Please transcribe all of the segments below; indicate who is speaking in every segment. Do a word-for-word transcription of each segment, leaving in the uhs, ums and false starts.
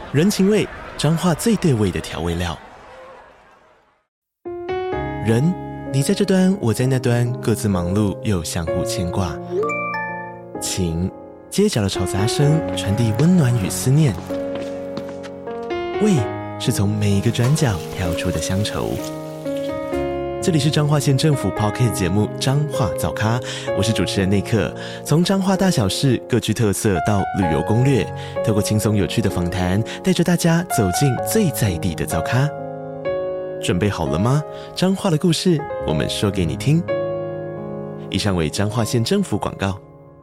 Speaker 1: 人情味，彰化最对味的调味料。人，你在这端，我在那端，各自忙碌又相互牵挂。情，街角的吵杂声传递温暖与思念。味，是从每一个转角跳出的乡愁。这里是彰化县政府 Podcast 节目《彰化早咖》，我是主持人内克。从彰化大小事各具特色到旅游攻略，透过轻松有趣的访谈，带着大家走进最在地的早咖。准备好了吗？彰化的故事，我们说给你听。以上为彰化县政府广告。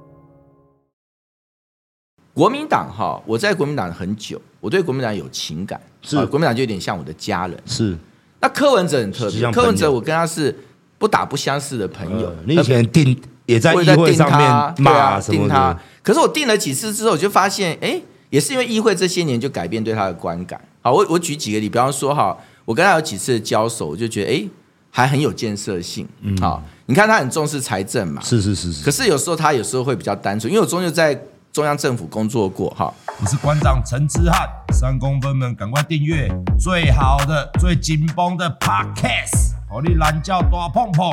Speaker 2: 国民党哈，我在国民党很久，我对国民党有情感，
Speaker 3: 是、
Speaker 2: 啊、国民党就有点像我的家人。
Speaker 3: 是。
Speaker 2: 那柯文哲很特别，柯文哲我跟他是不打不相识的朋友。呃、
Speaker 3: 你以前定也在议会上面骂什么的，
Speaker 2: 他。可是我定了几次之后，我就发现，哎，也是因为议会这些年就改变对他的观感。好，我我举几个例，比方说哈，我跟他有几次的交手，我就觉得，哎，还很有建设性。嗯，好，你看他很重视财政嘛，
Speaker 3: 是是是是。
Speaker 2: 可是有时候他有时候会比较单纯，因为我终究在中央政府工作过哈。
Speaker 4: 我是馆长陈之汉，三公分们赶快订阅最好的、最紧绷的 Podcast， 让你懒觉大碰碰。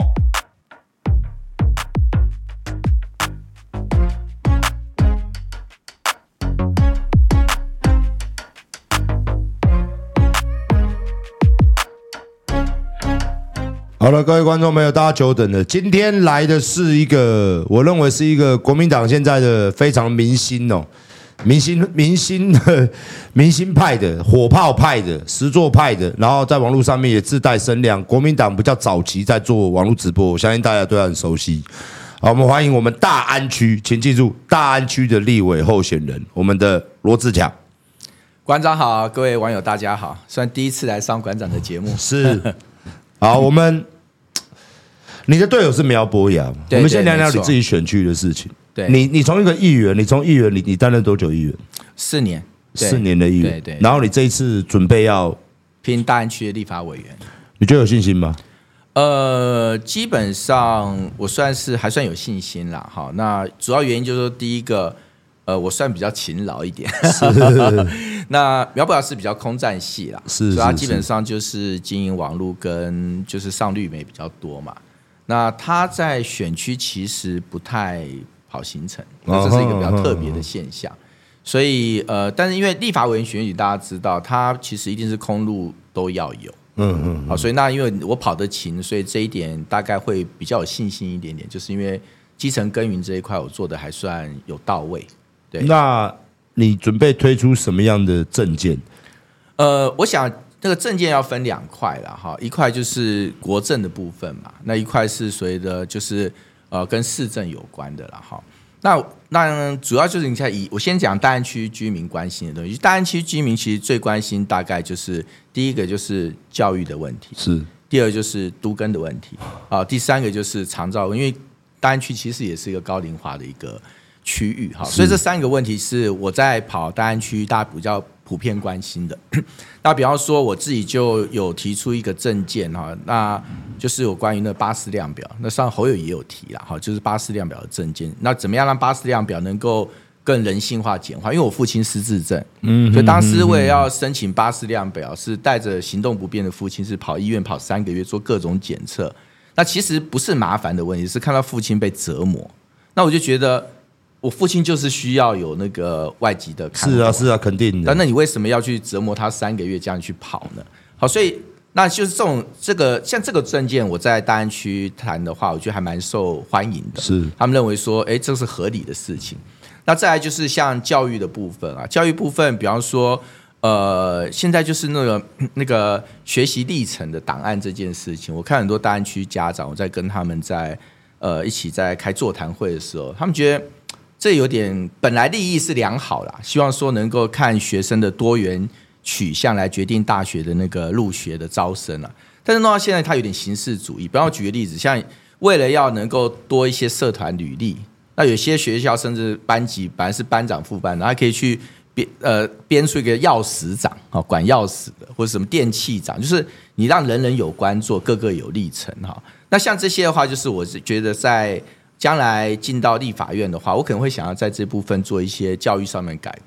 Speaker 3: 好了，各位观众朋友，大家久等了。今天来的是一个，我认为是一个国民党现在的非常明星哦。明星、明星的、明星派的、火炮派的、实作派的，然后在网络上面也自带声量。国民党比较早期在做网络直播，我相信大家对他很熟悉。好，我们欢迎我们大安区，请记住，大安区的立委候选人，我们的罗智强。
Speaker 2: 馆长好，各位网友大家好，虽然第一次来上馆长的节目，
Speaker 3: 是好，我们你的队友是苗博雅，我们先聊聊你自己选区的事情。
Speaker 2: 对，
Speaker 3: 你你从一个议员，你从议员，你你担任多久议员？
Speaker 2: 四年，
Speaker 3: 四年的议员。
Speaker 2: 对 对, 对。
Speaker 3: 然后你这一次准备要
Speaker 2: 拼大安区的立法委员，
Speaker 3: 你觉得有信心吗？
Speaker 2: 呃，基本上我算是还算有信心啦。好，那主要原因就是说，第一个，呃，我算比较勤劳一点。那苗博雅是比较空战系啦，
Speaker 3: 是，
Speaker 2: 所以他基本上就是经营网络跟就是上绿媒比较多嘛。那他在选区其实不太跑行程，这是一个比较特别的现象。所以呃，但是因为立法委员选举大家知道，它其实一定是空路都要有，嗯嗯，好，所以那因为我跑得勤，所以这一点大概会比较有信心一点点，就是因为基层耕耘这一块我做的还算有到位。对，
Speaker 3: 那你准备推出什么样的政见？
Speaker 2: 呃，我想这个政见要分两块啦，哈，一块就是国政的部分嘛，那一块是所谓的就是呃跟市政有关的啦，哈。那那主要就是你看，以我先讲大安区居民关心的东西。大安区居民其实最关心大概就是第一个就是教育的问题，
Speaker 3: 是
Speaker 2: 第二就是都更的问题啊，第三个就是长照，因为大安区其实也是一个高龄化的一个区域哈，所以这三个问题是我在跑大安区大家比较普遍关心的。那比方说我自己就有提出一个政见哈，那就是有关于那巴氏量表，那上侯友也有提啦哈，就是巴氏量表的政见。那怎么样让巴氏量表能够更人性化简化？因为我父亲失智症，嗯，所以当时为了要申请巴氏量表，是带着行动不便的父亲是跑医院跑三个月做各种检测。那其实不是麻烦的问题，是看到父亲被折磨。那我就觉得我父亲就是需要有那个外籍的看护，
Speaker 3: 是啊是啊，肯定的。
Speaker 2: 那你为什么要去折磨他三个月这样去跑呢？好，所以那就是这种这个像这个政见，我在大安区谈的话，我觉得还蛮受欢迎的。
Speaker 3: 是，
Speaker 2: 他们认为说，哎，这是合理的事情。那再来就是像教育的部分啊，教育部分，比方说，呃，现在就是那个那个学习历程的档案这件事情，我看很多大安区家长，我在跟他们在呃一起在开座谈会的时候，他们觉得这有点本来立意是良好啦，希望说能够看学生的多元取向来决定大学的那个入学的招生啊，但是弄到现在它有点形式主义。比方我举个例子，像为了要能够多一些社团履历，那有些学校甚至班级本来是班长副班长，他可以去编呃编出一个钥匙长，管钥匙的，或者什么电器长，就是你让人人有关做，个个有历程哈。那像这些的话，就是我觉得在将来进到立法院的话，我可能会想要在这部分做一些教育上面改革。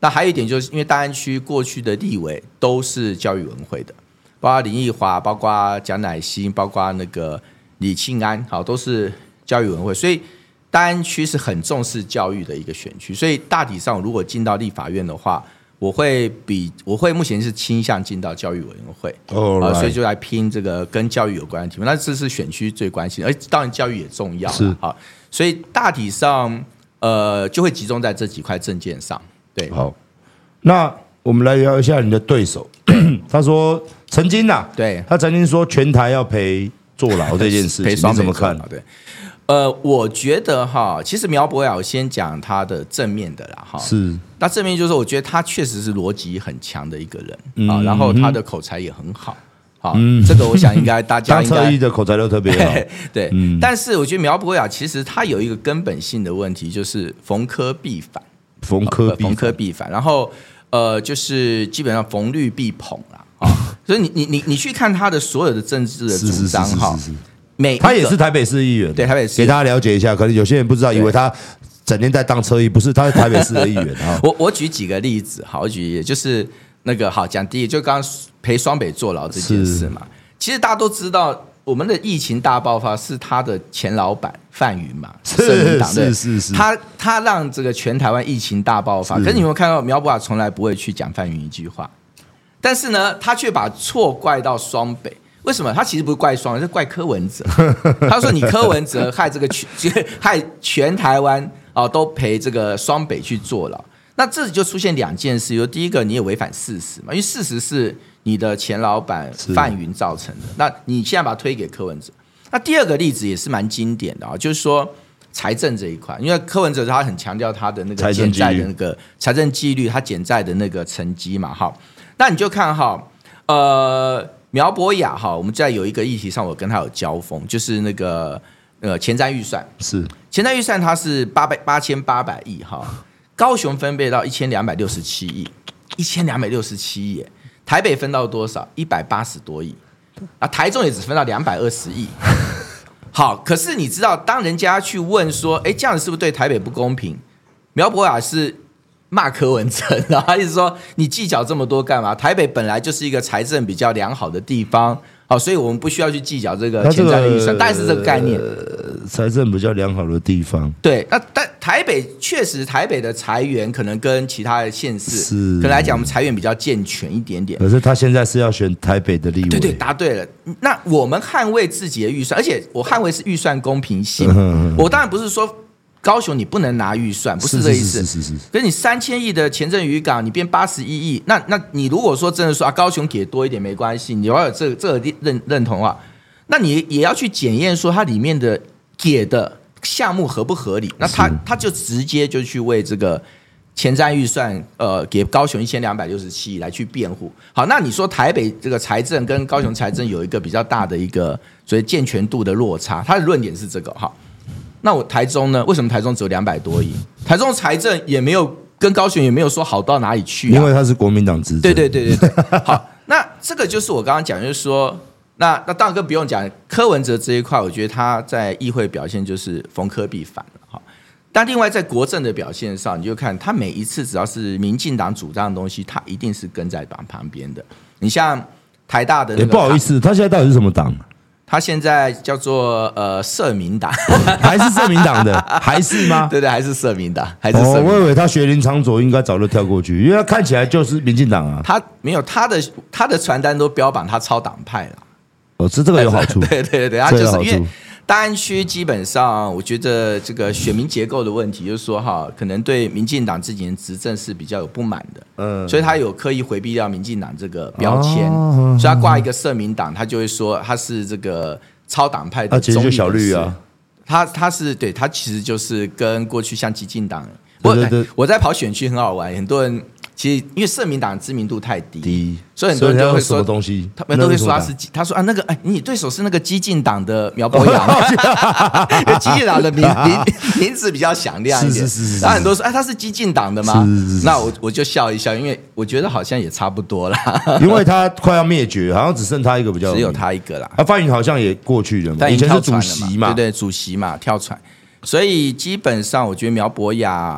Speaker 2: 那还有一点就是因为大安区过去的立委都是教育委员会的，包括林奕华，包括蒋乃馨，包括那个李庆安，好，都是教育委员会，所以大安区是很重视教育的一个选区，所以大体上如果进到立法院的话，我会比我会目前是倾向进到教育委员会，
Speaker 3: 哦、
Speaker 2: 呃，所以就来拼这个跟教育有关的题目。那这是选区最关心的，而当然教育也重要了啊。所以大体上呃就会集中在这几块政见上。对，
Speaker 3: 好，那我们来聊一下你的对手。他说曾经呐、啊，
Speaker 2: 对，
Speaker 3: 他曾经说全台要赔坐牢这件事情，你怎么看？
Speaker 2: 对。呃，我觉得哈，其实苗博雅我先讲他的正面的啦哈，
Speaker 3: 是，
Speaker 2: 那正面就是我觉得他确实是逻辑很强的一个人啊、嗯，然后他的口才也很好，好、嗯，这个我想应该大家应该
Speaker 3: 当侧翼的口才都特别好，
Speaker 2: 对、嗯，但是我觉得苗博雅其实他有一个根本性的问题，就是逢科必反，
Speaker 3: 逢科必
Speaker 2: 逢科必反，然后呃，就是基本上逢绿必捧啦啊，所以你你你你去看他的所有的政治的主张哈。每
Speaker 3: 他也是台北市议员，
Speaker 2: 对台北市，
Speaker 3: 给大家了解一下。可能有些人不知道，以为他整天在当车议，不是，他是台北市的议员啊。
Speaker 2: 我我举几个例子，好，我举就是那个好讲第一，就刚刚陪双北坐牢这件事嘛。其实大家都知道，我们的疫情大爆发是他的前老板范云嘛，
Speaker 3: 是是是是，
Speaker 2: 他他让这个全台湾疫情大爆发。可是你有没有看到苗博雅从来不会去讲范云一句话，但是呢，他却把错怪到双北。为什么？他其实不是怪双，是怪柯文哲。他说你柯文哲害这个全害全台湾啊、哦，都陪这个双北去坐牢。那这就出现两件事，有第一个你也违反事实嘛，因为事实是你的前老板范云造成的，那你现在把它推给柯文哲。那第二个例子也是蛮经典的啊、哦，就是说财政这一块，因为柯文哲他很强调他的那个减债的那个财政纪律，他减债的那个成绩嘛，哈。那你就看哈，呃。苗博雅哈，我们在有一个议题上，我跟他有交锋，就是那个呃前瞻预算
Speaker 3: 是
Speaker 2: 前瞻预算，它是八百八千八百亿哈，高雄分配到一千两百六十七亿，一千两百六十七亿，台北分到多少？一百八十多亿，啊，台中也只分到两百二十亿。好，可是你知道，当人家去问说，哎，这样子是不是对台北不公平？苗博雅是骂柯文哲，然后他一直说你计较这么多干嘛？台北本来就是一个财政比较良好的地方，好，所以我们不需要去计较这个前瞻的预算，大概是这个概念。
Speaker 3: 呃，财政比较良好的地方，
Speaker 2: 对，那但台北确实台北的财源可能跟其他的县市，可能来讲我们财源比较健全一点点。
Speaker 3: 可是他现在是要选台北的立委，
Speaker 2: 对对，答对了。那我们捍卫自己的预算，而且我捍卫是预算公平性。嗯、我当然不是说。高雄你不能拿预算，不是这个意思。
Speaker 3: 是是是是是。
Speaker 2: 可是你三千亿的前镇渔港，你变八十一亿，那那你如果说真的说啊，高雄给多一点没关系，你要有这个这个认认同的话，那你也要去检验说它里面的给的项目合不合理。那他他就直接就去为这个前瞻预算，呃，给高雄一千两百六十七亿来去辩护。好，那你说台北这个财政跟高雄财政有一个比较大的一个所谓健全度的落差，他的论点是这个哈。那我台中呢？为什么台中只有两百多亿？台中财政也没有跟高雄也没有说好到哪里去、啊，
Speaker 3: 因为他是国民党执政。
Speaker 2: 对对对对对。好，那这个就是我刚刚讲，就是说，那那当然更不用讲柯文哲这一块，我觉得他在议会表现就是逢柯必反了哈。但另外在国政的表现上，你就看他每一次只要是民进党主张的东西，他一定是跟在党旁边的。你像台大的那个，
Speaker 3: 不好意思，他现在到底是什么党？
Speaker 2: 他现在叫做呃社民党，
Speaker 3: 还是社民党的，还是吗？
Speaker 2: 对对，还是社民党，还是社民党。
Speaker 3: 哦，我以为他学林长佐应该早就跳过去，因为他看起来就是民进党啊。
Speaker 2: 他没有他的他的传单都标榜他超党派了。
Speaker 3: 哦，这这个有好处。
Speaker 2: 对对对对，他就是因为大安区基本上，我觉得这个选民结构的问题，就是说哈，可能对民进党这几年执政是比较有不满的，嗯，所以他有刻意回避掉民进党这个标签，哦、所以他挂一个社民党，他就会说他是这个超党派的中立人士。他其实就小绿啊，他他是对他其实就是跟过去像激进党，对对对，我在跑选区很好玩，很多人。其实因为社民党知名度太低，低所以很多人都会说
Speaker 3: 什么东西，
Speaker 2: 他们都会说他是，他说啊那个哎，你对手是那个激进党的苗博雅，激进党的名名名字比较响亮一点，是是是是然后很多说哎他是激进党的吗？是是是是那我我就笑一笑，因为我觉得好像也差不多啦，
Speaker 3: 因为他快要灭绝，好像只剩他一个比较，
Speaker 2: 只有他一个啦。
Speaker 3: 啊，范云好像也过去了嘛，以前是主席嘛，
Speaker 2: 对对，主席嘛跳船，所以基本上我觉得苗博雅。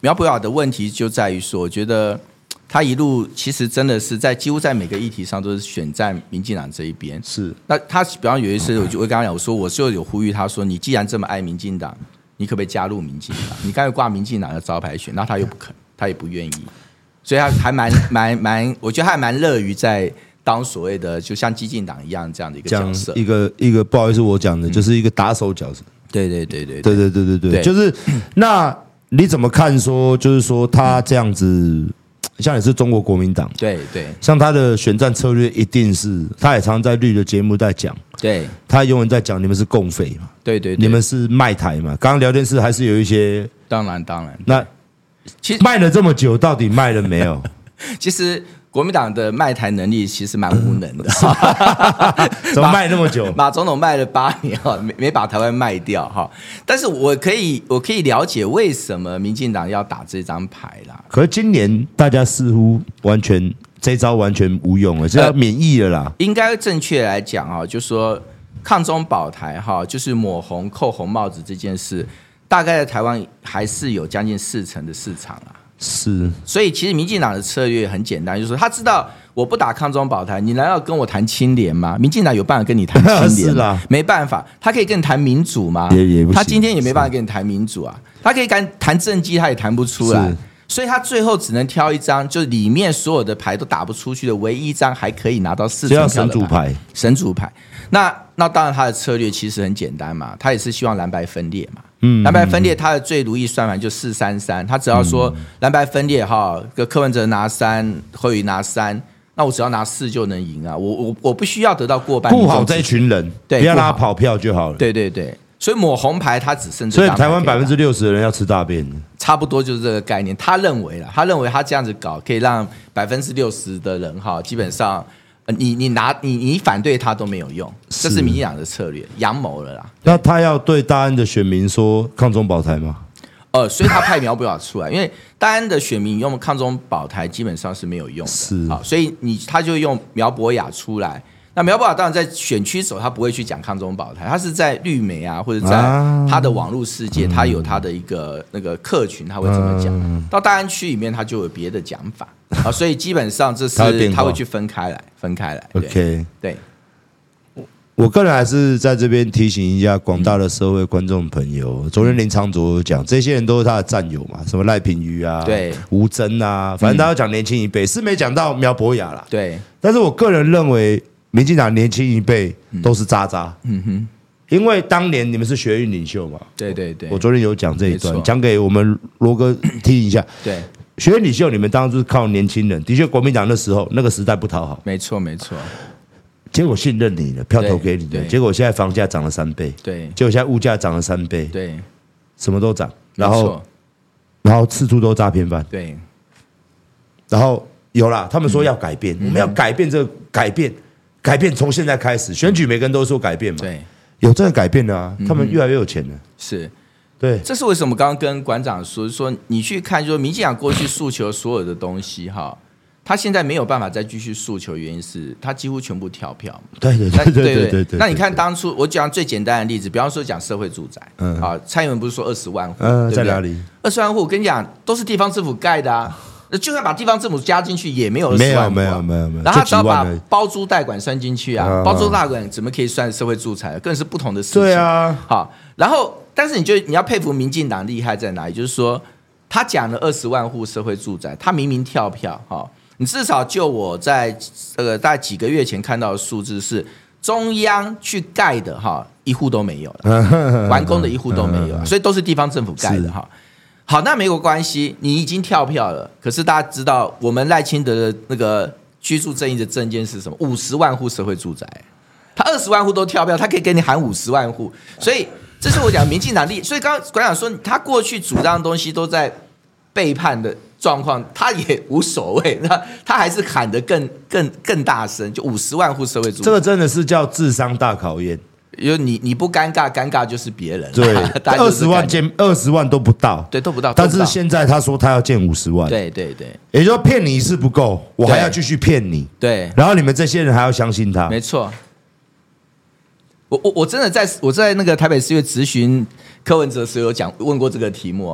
Speaker 2: 苗博雅的问题就在于说，我觉得他一路其实真的是在几乎在每个议题上都是选战民进党这一边。
Speaker 3: 是，
Speaker 2: 那他比方有一次，我就我跟他讲，我说我就有呼吁他说，你既然这么爱民进党，你可不可以加入民进党？你刚才挂民进党的招牌选，那他又不肯，他也不愿意，所以他还蛮蛮蛮，我觉得他还蛮乐于在当所谓的就像激进党一样这样的一个角色。
Speaker 3: 一个一个不好意思，我讲的、嗯、就是一个打手角色。
Speaker 2: 对对对对
Speaker 3: 对对对对对，对就是那你怎么看说，就是说他这样子，像也是中国国民党，
Speaker 2: 对对，
Speaker 3: 像他的选战策略一定是，他也常在绿的节目在讲，
Speaker 2: 对，
Speaker 3: 他永远在讲你们是共匪嘛，
Speaker 2: 对 对, 对，
Speaker 3: 你们是卖台嘛。刚刚聊天室还是有一些，
Speaker 2: 当然当然，
Speaker 3: 那其实卖了这么久，到底卖了没有？
Speaker 2: 其实。国民党的卖台能力其实蛮无能的，
Speaker 3: 怎么卖那么久？
Speaker 2: 马总统卖了八年哈，没没把台湾卖掉哈。但是我可以我可以了解为什么民进党要打这张牌啦。
Speaker 3: 可是今年大家似乎完全这招完全无用了，这要免疫了啦。呃、
Speaker 2: 应该正确来讲啊，就是说抗中保台哈，就是抹红扣红帽子这件事，大概在台湾还是有将近四成的市场啊。
Speaker 3: 是，
Speaker 2: 所以其实民进党的策略很简单，就是说他知道我不打抗中保台，你难道跟我谈清廉吗？民进党有办法跟你谈清廉吗？没办法，他可以跟你谈民主吗？
Speaker 3: 也也不行，
Speaker 2: 他今天也没办法跟你谈民主啊，他可以谈谈政绩，他也谈不出来，所以他最后只能挑一张，就里面所有的牌都打不出去的唯一一张还可以拿到四成票的
Speaker 3: 神主牌，
Speaker 2: 神主牌。那那当然他的策略其实很简单嘛，他也是希望蓝白分裂嘛。
Speaker 3: 嗯，
Speaker 2: 蓝白分裂，他的最如意算盘就四三三，他只要说蓝白分裂哈，个柯文哲拿三，侯友宜拿三，那我只要拿四就能赢啊！我我我不需要得到过半，
Speaker 3: 顾好这一群人，
Speaker 2: 对，
Speaker 3: 不要让他跑票就好了。
Speaker 2: 对对对，所以抹红牌他只剩这，
Speaker 3: 所以台湾百分之六十的人要吃大便，
Speaker 2: 差不多就是这个概念。他认为啦，他认为他这样子搞可以让百分之六十的人哈，基本上。你你拿你你反对他都没有用，这是民进党的策略，阳谋了啦。
Speaker 3: 那他要对大安的选民说抗中保台吗？
Speaker 2: 呃，所以他派苗博雅出来，因为大安的选民用抗中保台基本上是没有用的，
Speaker 3: 是
Speaker 2: 啊，所以你他就用苗博雅出来。那苗博雅当然在选区走，他不会去讲抗中保台，他是在绿媒啊，或者在他的网络世界，啊、他有他的一个那个客群，他会这么讲。啊、到大安区里面，他就有别的讲法啊，所以基本上这是他会去分开来，分开来。
Speaker 3: OK，
Speaker 2: 对。
Speaker 3: 我个人还是在这边提醒一下广大的社会观众朋友，昨天林长佐讲，这些人都是他的战友嘛，什么赖品妤啊，
Speaker 2: 对，
Speaker 3: 吴峥啊，反正他要讲年轻一辈，是没讲到苗博雅啦，
Speaker 2: 对。
Speaker 3: 但是我个人认为，民进党年轻一辈都是渣渣，
Speaker 2: 嗯哼，
Speaker 3: 因为当年你们是学运领袖嘛，
Speaker 2: 对对对，
Speaker 3: 我昨天有讲这一段，讲给我们罗哥听一下，
Speaker 2: 对。
Speaker 3: 学运领袖，你们当初是靠年轻人，的确，国民党那时候那个时代不讨好，
Speaker 2: 没错没错。
Speaker 3: 结果信任你了，票投给你了，结果现在房价涨了三倍，
Speaker 2: 对，
Speaker 3: 结果现在物价涨了三倍，
Speaker 2: 对，
Speaker 3: 什么都涨，然后，然后四处都诈骗犯，
Speaker 2: 对，
Speaker 3: 然后有啦，他们说要改变，嗯、我们要改变这个改变，改变从现在开始，选举每个人都说改变嘛，
Speaker 2: 对，
Speaker 3: 有这个改变了啊，他们越来越有钱了，
Speaker 2: 是。
Speaker 3: 对，
Speaker 2: 这是为什么？刚刚跟馆长说说，你去看，就是民进党过去诉求所有的东西，哈，他现在没有办法再继续诉求，原因是他几乎全部跳票。
Speaker 3: 对对对对对对对。
Speaker 2: 那你看当初我讲最简单的例子，比方说讲社会住宅，嗯，啊，蔡英文不是说二十万户，
Speaker 3: 嗯，在哪里？
Speaker 2: 二十万户，我跟你讲，都是地方政府盖的啊。就算把地方政府加进去，也没有二十万户，
Speaker 3: 没有没有没有没有。
Speaker 2: 然后他只要把包租代管算进去啊，包租代管怎么可以算社会住宅？更是不同的事情。
Speaker 3: 对啊，
Speaker 2: 好，然后。但是你就你要佩服民进党厉害在哪里？就是说，他讲了二十万户社会住宅，他明明跳票哈。你至少就我在呃大概几个月前看到的数字是，中央去盖的哈，一户都没有了，完工的一户都没有，所以都是地方政府盖的哈。好，那没有关系，你已经跳票了。可是大家知道，我们赖清德的那个居住正义的政见是什么？五十万户社会住宅，他二十万户都跳票，他可以给你喊五十万户，所以。这是我讲民进党力，所以刚刚馆长说他过去主张的东西都在背叛的状况，他也无所谓，那他还是喊得更更更大声，就五十万户社会住宅，
Speaker 3: 这个真的是叫智商大考验。
Speaker 2: 因为你你不尴尬，尴尬就是别人。
Speaker 3: 对，二十万建二十万都不到，
Speaker 2: 对，都不到。
Speaker 3: 但是现在他说他要建五十万，
Speaker 2: 对对对，
Speaker 3: 也就是说骗你一次不够，我还要继续骗你，
Speaker 2: 对。
Speaker 3: 然后你们这些人还要相信他，
Speaker 2: 没错。我我我真的在我在那个台北市议会质询柯文哲时有讲问过这个题目，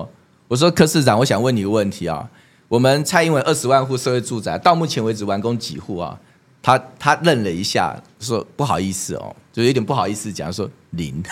Speaker 2: 我说柯市长，我想问你一个问题啊，我们蔡英文二十万户社会住宅到目前为止完工几户啊？他他愣了一下，说不好意思哦，就有点不好意思讲说零，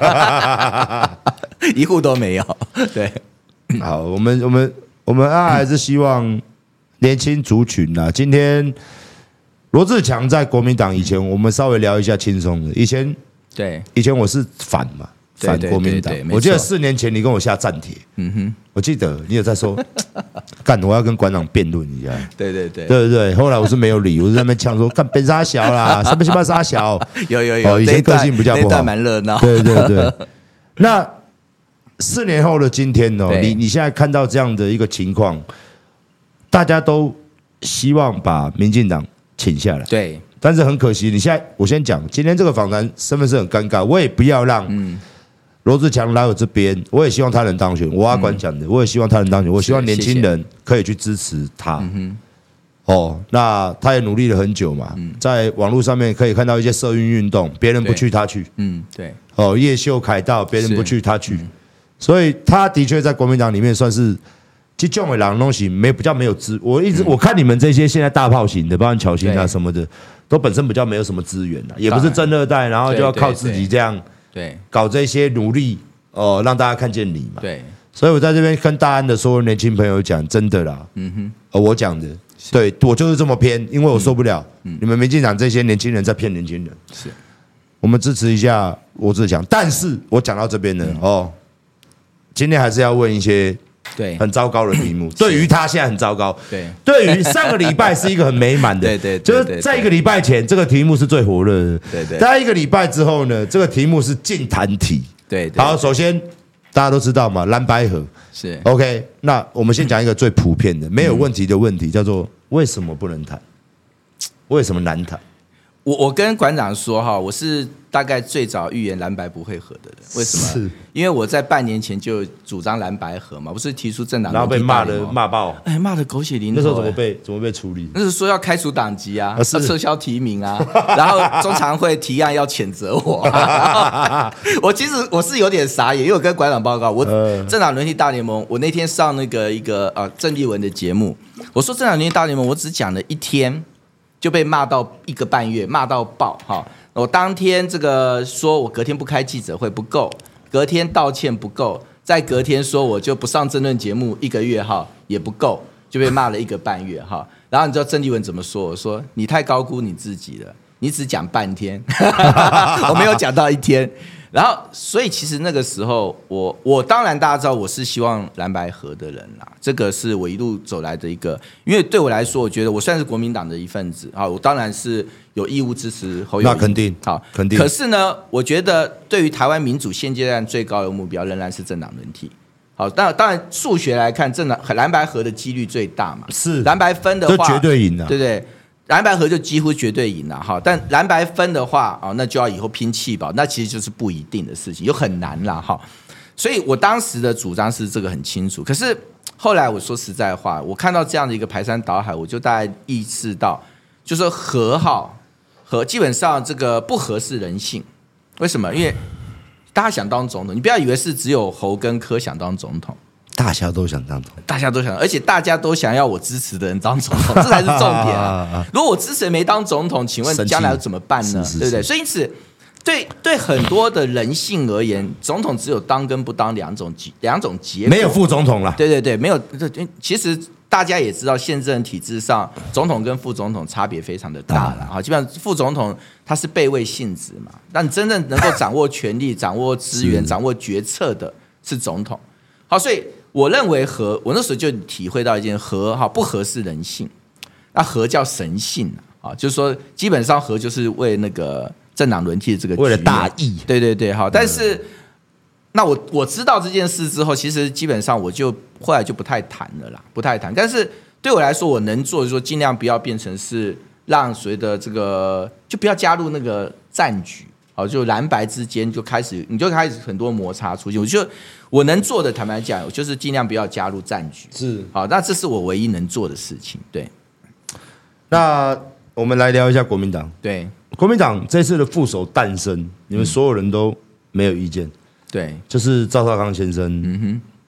Speaker 2: 一户都没有。对，
Speaker 3: 好，我们我们我们啊还是希望年轻族群啊，今天罗志强在国民党以前，我们稍微聊一下轻松的。以前
Speaker 2: 对，
Speaker 3: 以前我是反嘛，反国民党。我记得四年前你跟我下战帖，嗯哼，我记得你有在说，干，我要跟馆长辩论一下。
Speaker 2: 对对对，
Speaker 3: 对对对。后来我是没有理，我是在那边呛说，干本杀小啦，什么什么杀小。
Speaker 2: 有有有，
Speaker 3: 以前个性比较不好，
Speaker 2: 蛮热闹。
Speaker 3: 对对对。那四年后的今天哦，你你现在看到这样的一个情况，大家都希望把民进党请下来。
Speaker 2: 对。
Speaker 3: 但是很可惜，你现在我先讲，今天这个访谈身份是很尴尬，我也不要让罗志强来我这边，我也希望他能当选。我阿管讲的，我也希望他能当选，我希望年轻人可以去支持他。哦，那他也努力了很久嘛，在网络上面可以看到一些社运运动，别人不去他去，
Speaker 2: 嗯，对，
Speaker 3: 哦，叶秀凯道，别人不去他去，所以他的确在国民党里面算是。其实这种人东西没比较没有资，我一直我看你们这些现在大炮型的，包括乔欣啊什么的，都本身比较没有什么资源啊，也不是正二代，然后就要靠自己这样对搞这些努力哦，让大家看见你嘛。对，所以我在这边跟大安的所有年轻朋友讲，真的啦，嗯哼，呃，我讲的，对我就是这么偏，因为我受不了你们民进党这些年轻人在骗年轻人。是，我们支持一下罗志强，但是我讲到这边呢，哦，今天还是要问一些。对，很糟糕的题目。对于他现在很糟糕。对，对于上个礼拜是一个很美满的。对对，就是在一个礼拜前，这个题目是最火热的。对对。在一个礼拜之后呢，这个题目是净谈题。对。好，首先大家都知道嘛，蓝白合是 OK。那我们先讲一个最普遍的、没有问题的问题，叫做为什么不能谈？为什么难谈？
Speaker 2: 我我跟馆长说哈，我是大概最早预言蓝白不会合的人。为什么？是因为我在半年前就主张蓝白合嘛，不是提出政党，
Speaker 3: 然后被骂的骂爆，
Speaker 2: 哎，骂的狗血淋头。
Speaker 3: 那时候怎么被怎么被处理？
Speaker 2: 那是说要开除党籍啊，要撤销提名啊，然后中常会提案要谴责我、啊。我其实我是有点傻眼，因为我跟馆长报告，我政党轮替大联盟，我那天上那个一个呃郑丽文的节目，我说政党轮替大联盟，我只讲了一天。就被骂到一个半月，骂到爆哈！我当天这个说我隔天不开记者会不够，隔天道歉不够，再隔天说我就不上政论节目一个月哈也不够，就被骂了一个半月哈。然后你知道郑丽文怎么说？我说你太高估你自己了，你只讲半天，我没有讲到一天。然后，所以其实那个时候，我我当然大家知道我是希望蓝白合的人啦，这个是我一路走来的一个，因为对我来说，我觉得我算是国民党的一份子啊，我当然是有义务支持侯友宜。
Speaker 3: 那肯定，
Speaker 2: 好，
Speaker 3: 肯定。
Speaker 2: 可是呢，我觉得对于台湾民主现阶段最高的目标仍然是政党轮替。好，当然，当然，数学来看，政党蓝白合的几率最大嘛，
Speaker 3: 是
Speaker 2: 蓝白分的话，
Speaker 3: 绝对赢啊，
Speaker 2: 对不对？蓝白合就几乎绝对赢了哈，但蓝白分的话啊，那就要以后拼气保，那其实就是不一定的事情，又很难啦哈。所以我当时的主张是这个很清楚，可是后来我说实在话，我看到这样的一个排山倒海，我就大概意识到，就说和好和基本上这个不合是人性，为什么？因为大家想当总统，你不要以为是只有侯跟柯想当总统。
Speaker 3: 大家都想当总统，
Speaker 2: 大家都想，而且大家都想要我支持的人当总统，这才是重点啊！如果我支持人没当总统，请问将来怎么办呢？对不对？所以因此，对对很多的人性而言，总统只有当跟不当两种两种结果，
Speaker 3: 没有副总统了。
Speaker 2: 对对对，没有。其实大家也知道，宪政体制上，总统跟副总统差别非常的大了。好，基本上副总统他是备位性质嘛，但真正能够掌握权力、掌握资源、掌握决策的是总统。好，所以。我认为和我那时候就体会到一件和哈不和是人性，那和叫神性啊，就是说基本上和就是为那个政党轮替的这个
Speaker 3: 为了大义，
Speaker 2: 对对对，好，但是、嗯、那我我知道这件事之后，其实基本上我就后来就不太谈了啦，不太谈。但是对我来说，我能做的就是说尽量不要变成是让所谓的这个就不要加入那个战局。好，就蓝白之间就开始，你就开始很多摩擦出现。我觉得我能做的，坦白讲，就是尽量不要加入战局。是，好，那这是我唯一能做的事情。对。
Speaker 3: 那我们来聊一下国民党。
Speaker 2: 对，
Speaker 3: 国民党这次的副手诞生，你们所有人都没有意见。
Speaker 2: 对，
Speaker 3: 就是赵少康先生。嗯哼。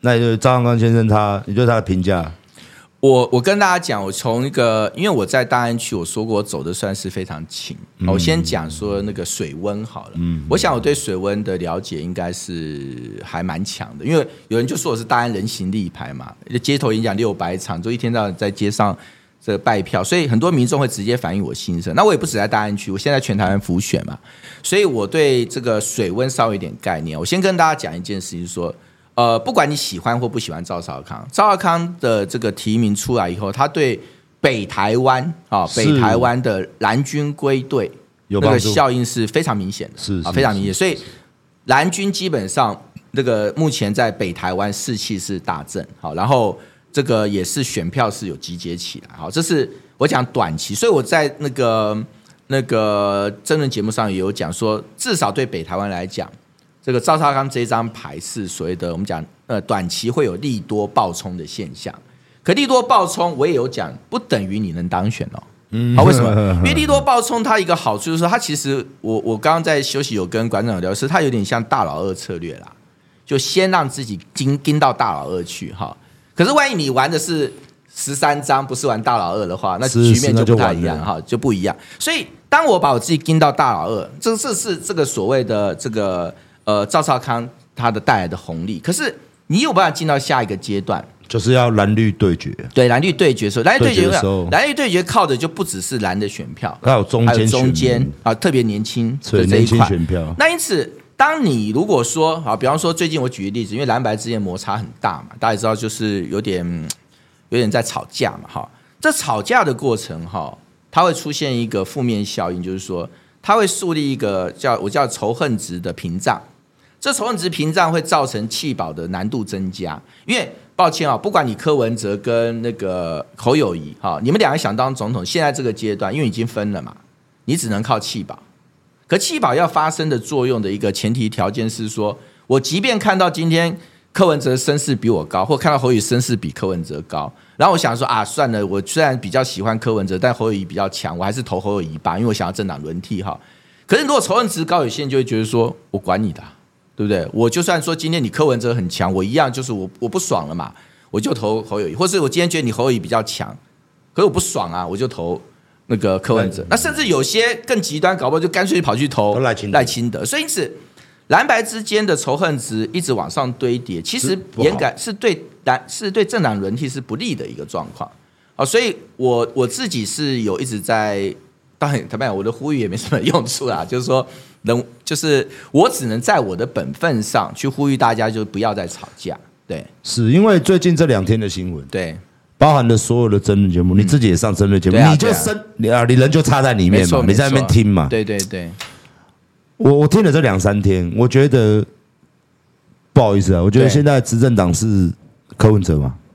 Speaker 3: 那就是赵少康先生他，你对他的评价？
Speaker 2: 我我跟大家讲，我从那个，因为我在大安区，我说过我走的算是非常勤。嗯、我先讲说那个水温好了，嗯，我想我对水温的了解应该是还蛮强的，因为有人就说我是大安人形立牌嘛，街头演讲六百场，就一天到晚在街上这个拜票，所以很多民众会直接反映我心声。那我也不止在大安区，我现在全台湾辅选嘛，所以我对这个水温稍微有点概念。我先跟大家讲一件事情说。呃，不管你喜欢或不喜欢赵少康，赵少康的这个提名出来以后，他对北台湾啊、哦，北台湾的蓝军归队那个效应是非常明显的，
Speaker 3: 是
Speaker 2: 啊，非常明显。所以蓝军基本上这个目前在北台湾士气是大振，好，然后这个也是选票是有集结起来，好，这是我讲短期。所以我在那个那个政论节目上也有讲说，至少对北台湾来讲。这个赵少康这张牌是所谓的我们讲呃短期会有利多爆冲的现象，可利多爆冲我也有讲，不等于你能当选哦。嗯，好，为什么？因为利多爆冲它一个好处就是说，它其实我我刚刚在休息有跟馆长聊，是它有点像大老二策略啦，就先让自己跟跟到大老二去哈。可是万一你玩的是十三张，不是玩大老二的话，那局面就不太一样哈，就不一样。所以当我把我自己跟到大老二，这这是这个所谓的这个。呃，赵少康他的带来的红利，可是你有办法进到下一个阶段，
Speaker 3: 就是要蓝绿对决。
Speaker 2: 对，蓝绿对决的时候，蓝绿对决的时候，蓝绿对决靠的就不只是蓝的选票，
Speaker 3: 还有中间，还有
Speaker 2: 中间啊，特别年轻的这一块选票。那因此，当你如果说啊，比方说最近我举个例子，因为蓝白之间摩擦很大嘛，大家也知道就是有点有点在吵架嘛，哈，这吵架的过程哈，它会出现一个负面效应，就是说它会树立一个叫我叫仇恨值的屏障。这仇恨值屏障会造成弃保的难度增加，因为抱歉啊，不管你柯文哲跟那个侯友宜哈，你们两个想当总统，现在这个阶段，因为已经分了嘛，你只能靠弃保。可弃保要发生的作用的一个前提条件是说，我即便看到今天柯文哲声势比我高，或看到侯友宜声势比柯文哲高，然后我想说啊，算了，我虽然比较喜欢柯文哲，但侯友宜比较强，我还是投侯友宜吧，因为我想要政党轮替哈。可是如果仇恨值高，有些人就会觉得说，我管你的、啊。对不对？我就算说今天你柯文哲很强，我一样就是我我不爽了嘛，我就投侯友宜，或是我今天觉得你侯友宜比较强，可是我不爽啊，我就投那个柯文哲。那甚至有些更极端，搞不好就干脆跑去投赖清德。赖清德。所以因此，蓝白之间的仇恨值一直往上堆叠，其实严格是对蓝是对政党轮替是不利的一个状况啊。所以我我自己是有一直在，当然坦白讲，我的呼吁也没什么用处啦，就是说。能就是我只能在我的本分上去呼吁大家，就不要再吵架。对，
Speaker 3: 是因为最近这两天的新闻，
Speaker 2: 对，
Speaker 3: 包含了所有的争论节目，你自己也上争论节目，你就生你啊，你人就插在里面嘛，你在那边听嘛。
Speaker 2: 对对对，
Speaker 3: 我我听了这两三天，我觉得不好意思啊，我觉得现在执政党是柯文哲嘛，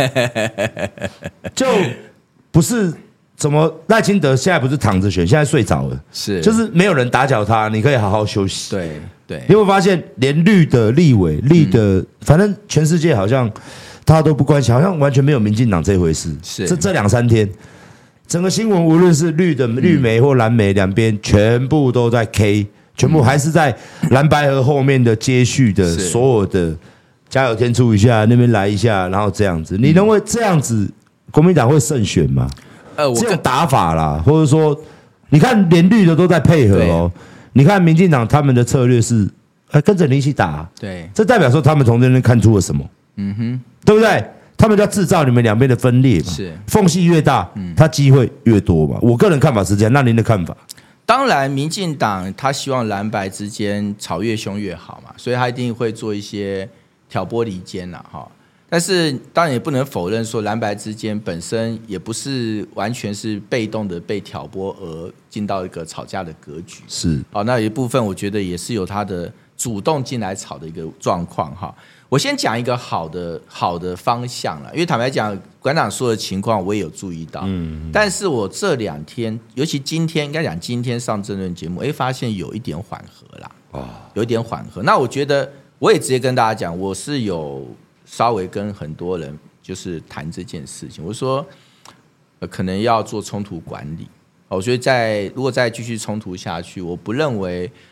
Speaker 3: 就不是。怎么赖清德现在不是躺着选，现在睡着了，
Speaker 2: 是
Speaker 3: 就是没有人打搅他，你可以好好休息。
Speaker 2: 对对，
Speaker 3: 你会发现连绿的立委、绿的，嗯、反正全世界好像大家都不关心，好像完全没有民进党这回事。
Speaker 2: 是
Speaker 3: 这这两三天，整个新闻无论是绿的绿媒或蓝媒两边，全部都在 K， 全部还是在蓝白河后面的接续的所有的加油添醋一下，那边来一下，然后这样子，你认为这样子国民党会胜选吗？呃，这种打法啦，或者说，你看连绿的都在配合哦。你看民进党他们的策略是，呃，跟着你一起打。
Speaker 2: 对，
Speaker 3: 这代表说他们从这边看出了什么？嗯哼，对不对？他们就要制造你们两边的分裂嘛。
Speaker 2: 是，
Speaker 3: 缝隙越大，嗯，它机会越多嘛。我个人看法是这样，那您的看法？
Speaker 2: 当然，民进党他希望蓝白之间吵越凶越好嘛，所以他一定会做一些挑拨离间啦，哈。但是当然也不能否认说蓝白之间本身也不是完全是被动的被挑拨而进到一个吵架的格局，
Speaker 3: 是
Speaker 2: 哦，那有一部分我觉得也是有他的主动进来吵的一个状况哈。我先讲一个好的好的方向啦，因为坦白讲，馆长说的情况我也有注意到，嗯，但是我这两天，尤其今天，应该讲今天上政论节目，哎，发现有一点缓和啦，哦，有一点缓和。那我觉得我也直接跟大家讲，我是有。稍微跟很多人就是谈这件事情，我说、呃、可能要做冲突管理。我觉得在如果再继续冲突下去，我不认为，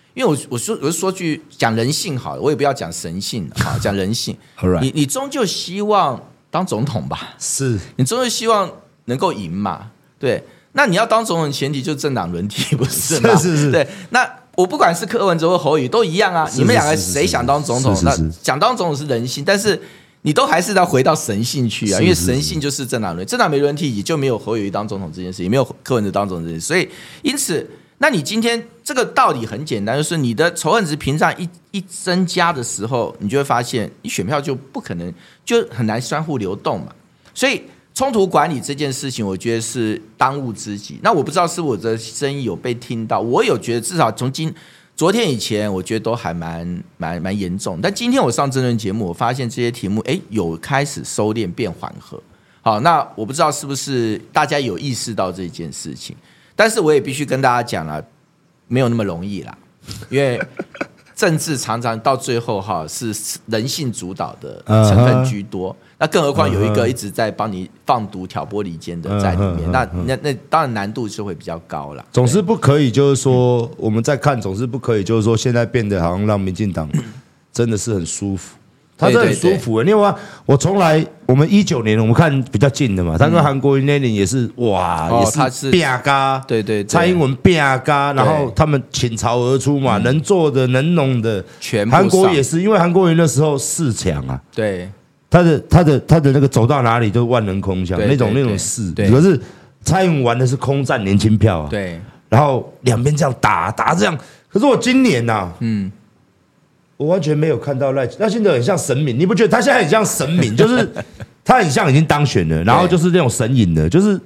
Speaker 2: 因为我我说我说句讲人性好了，我也不要讲神性啊，讲人性。你你终究希望当总统吧？
Speaker 3: 是
Speaker 2: 你终究希望能够赢嘛？对，那你要当总统前提就是政党轮替，不是吗？
Speaker 3: 是是是。
Speaker 2: 对，那我不管是柯文哲或侯友宜都一样啊。你们两个谁想当总统？那想当总统是人性，但是你都还是要回到神性去啊，因为神性就是政党轮替，政党没轮替，也就没有侯友宜当总统这件事，也没有柯文哲当总统这件事，所以因此。那你今天这个道理很简单，就是你的仇恨值屏障一一增加的时候，你就会发现你选票就不可能，就很难相互流动嘛。所以冲突管理这件事情，我觉得是当务之急。那我不知道是我的声音有被听到，我有觉得至少从今昨天以前，我觉得都还蛮蛮蛮严重。但今天我上政论节目，我发现这些题目哎有开始收敛变缓和。好，那我不知道是不是大家有意识到这件事情。但是我也必须跟大家讲了，没有那么容易啦，因为政治常常到最后哈是人性主导的成分居多， uh-huh. 那更何况有一个一直在帮你放毒挑拨离间的在里面， uh-huh. 那那那当然难度就会比较高啦。
Speaker 3: 总是不可以，就是说、嗯、我们在看，总是不可以，就是说现在变得好像让民进党真的是很舒服。他真的很舒服、欸，因为我我从来我们一九年我们看比较近的嘛，他跟韩国瑜那年也是哇，
Speaker 2: 哦、
Speaker 3: 也是变嘎，
Speaker 2: 对 对, 对，
Speaker 3: 蔡英文变嘎，然后他们倾巢而出嘛，能做的能弄的，
Speaker 2: 全部
Speaker 3: 韩国也是，因为韩国瑜那时候四强啊，
Speaker 2: 对，
Speaker 3: 他的他的他的那个走到哪里都万人空巷，那种那种事，可是蔡英文玩的是空战年轻票啊，
Speaker 2: 对，
Speaker 3: 然后两边这样打打这样，可是我今年呐、啊，嗯。我完全没有看到赖赖清德很像神明，你不觉得他现在很像神明？就是他很像已经当选了，然后就是那种神隐的，就是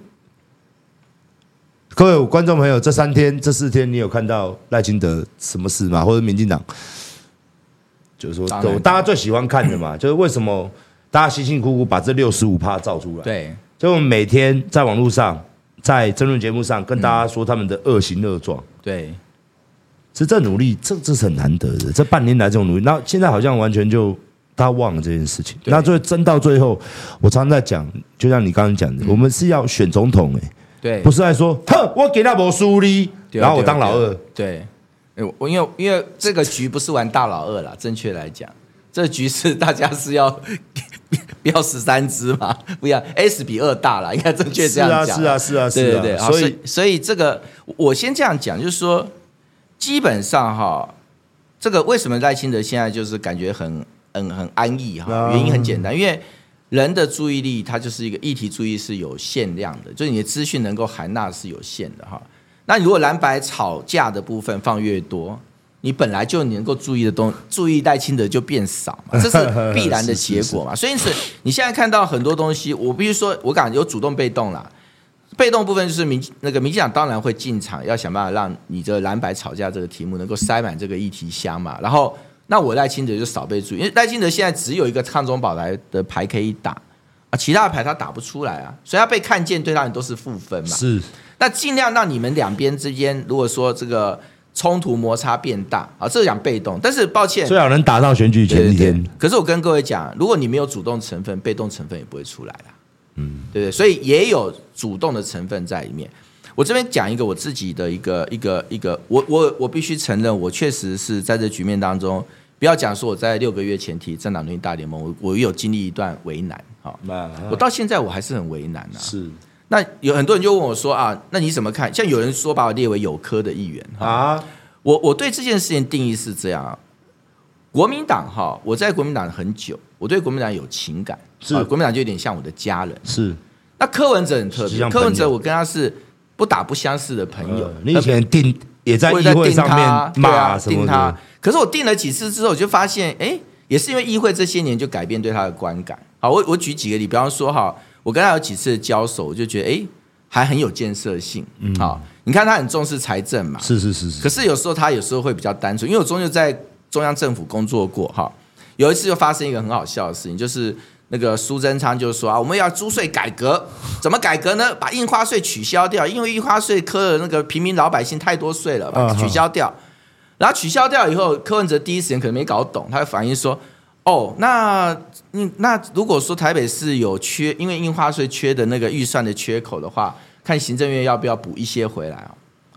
Speaker 3: 各位观众朋友，这三天这四天你有看到赖清德什么事吗？或者民进党？就是说，大家最喜欢看的嘛，就是为什么大家辛辛苦苦把这六十五趴造出来？
Speaker 2: 对，
Speaker 3: 就我们每天在网络上，在争论节目上跟大家说他们的恶行恶状，
Speaker 2: 对。
Speaker 3: 是这努力，这这是很难得的。这半年来这种努力，那现在好像完全就大家忘了这件事情。那最真到最后，我常常在讲，就像你刚刚讲的、嗯，我们是要选总统哎、欸，
Speaker 2: 对，
Speaker 3: 不是在说，哼，我给他没输力，然后我当老二。
Speaker 2: 对，我因为因为这个局不是玩大老二啦，正确来讲，这局是大家是要标十三支嘛，不一样 ，S 比二大啦，应该正确这样讲。
Speaker 3: 是啊，是啊，是啊，
Speaker 2: 对对对。所以所以这个我先这样讲，就是说。基本上哈，这个为什么赖清德现在就是感觉很很很安逸哈？原因很简单，因为人的注意力它就是一个议题注意是有限量的，就是你的资讯能够含纳是有限的哈。那如果蓝白吵架的部分放越多，你本来就能够注意的东注意赖清德就变少嘛，这是必然的结果嘛。所以因此你现在看到很多东西，我必须说，我感觉有主动被动啦。被动部分就是民那个民进党当然会进场，要想办法让你这蓝白吵架这个题目能够塞满这个议题箱嘛。然后，那我赖清德就少被注意，因为赖清德现在只有一个抗中保台的牌可以打啊，其他的牌他打不出来啊，所以他被看见对他们都是负分嘛。
Speaker 3: 是，
Speaker 2: 那尽量让你们两边之间，如果说这个冲突摩擦变大啊，这讲被动，但是抱歉，
Speaker 3: 最好能打到选举前一天。
Speaker 2: 对对对，可是我跟各位讲，如果你没有主动成分，被动成分也不会出来啦。嗯，对不对？所以也有主动的成分在里面。我这边讲一个我自己的一个一个一个，我我我必须承认，我确实是在这局面当中，不要讲说我在六个月前提政党轮替大联盟，我我有经历一段为难啊、哦，我到现在我还是很为难啊。
Speaker 3: 是，
Speaker 2: 那有很多人就问我说啊，那你怎么看？像有人说把我列为有科的议员啊，我我对这件事情定义是这样。国民党哈，我在国民党很久，我对国民党有情感，是、啊、国民党就有点像我的家人。
Speaker 3: 是，
Speaker 2: 那柯文哲很特别，柯文哲我跟他是不打不相识的朋友。呃、
Speaker 3: 你以前定也在议会上面骂什么的，
Speaker 2: 定他。可是我定了几次之后，我就发现，哎，也是因为议会这些年就改变对他的观感。好，我我举几个例，比方说哈，我跟他有几次的交手，我就觉得，哎，还很有建设性。嗯，好，你看他很重视财政嘛，
Speaker 3: 是是是是。
Speaker 2: 可是有时候他有时候会比较单纯，因为我终究在中央政府工作过哈，有一次就发生一个很好笑的事情，就是那个苏贞昌就说啊，我们要租税改革，怎么改革呢？把印花税取消掉，因为印花税科了那个平民老百姓太多税了，把它取消掉。然后取消掉以后，柯文哲第一时间可能没搞懂，他反映说，哦，那那如果说台北市有缺，因为印花税缺的那个预算的缺口的话，看行政院要不要补一些回来啊？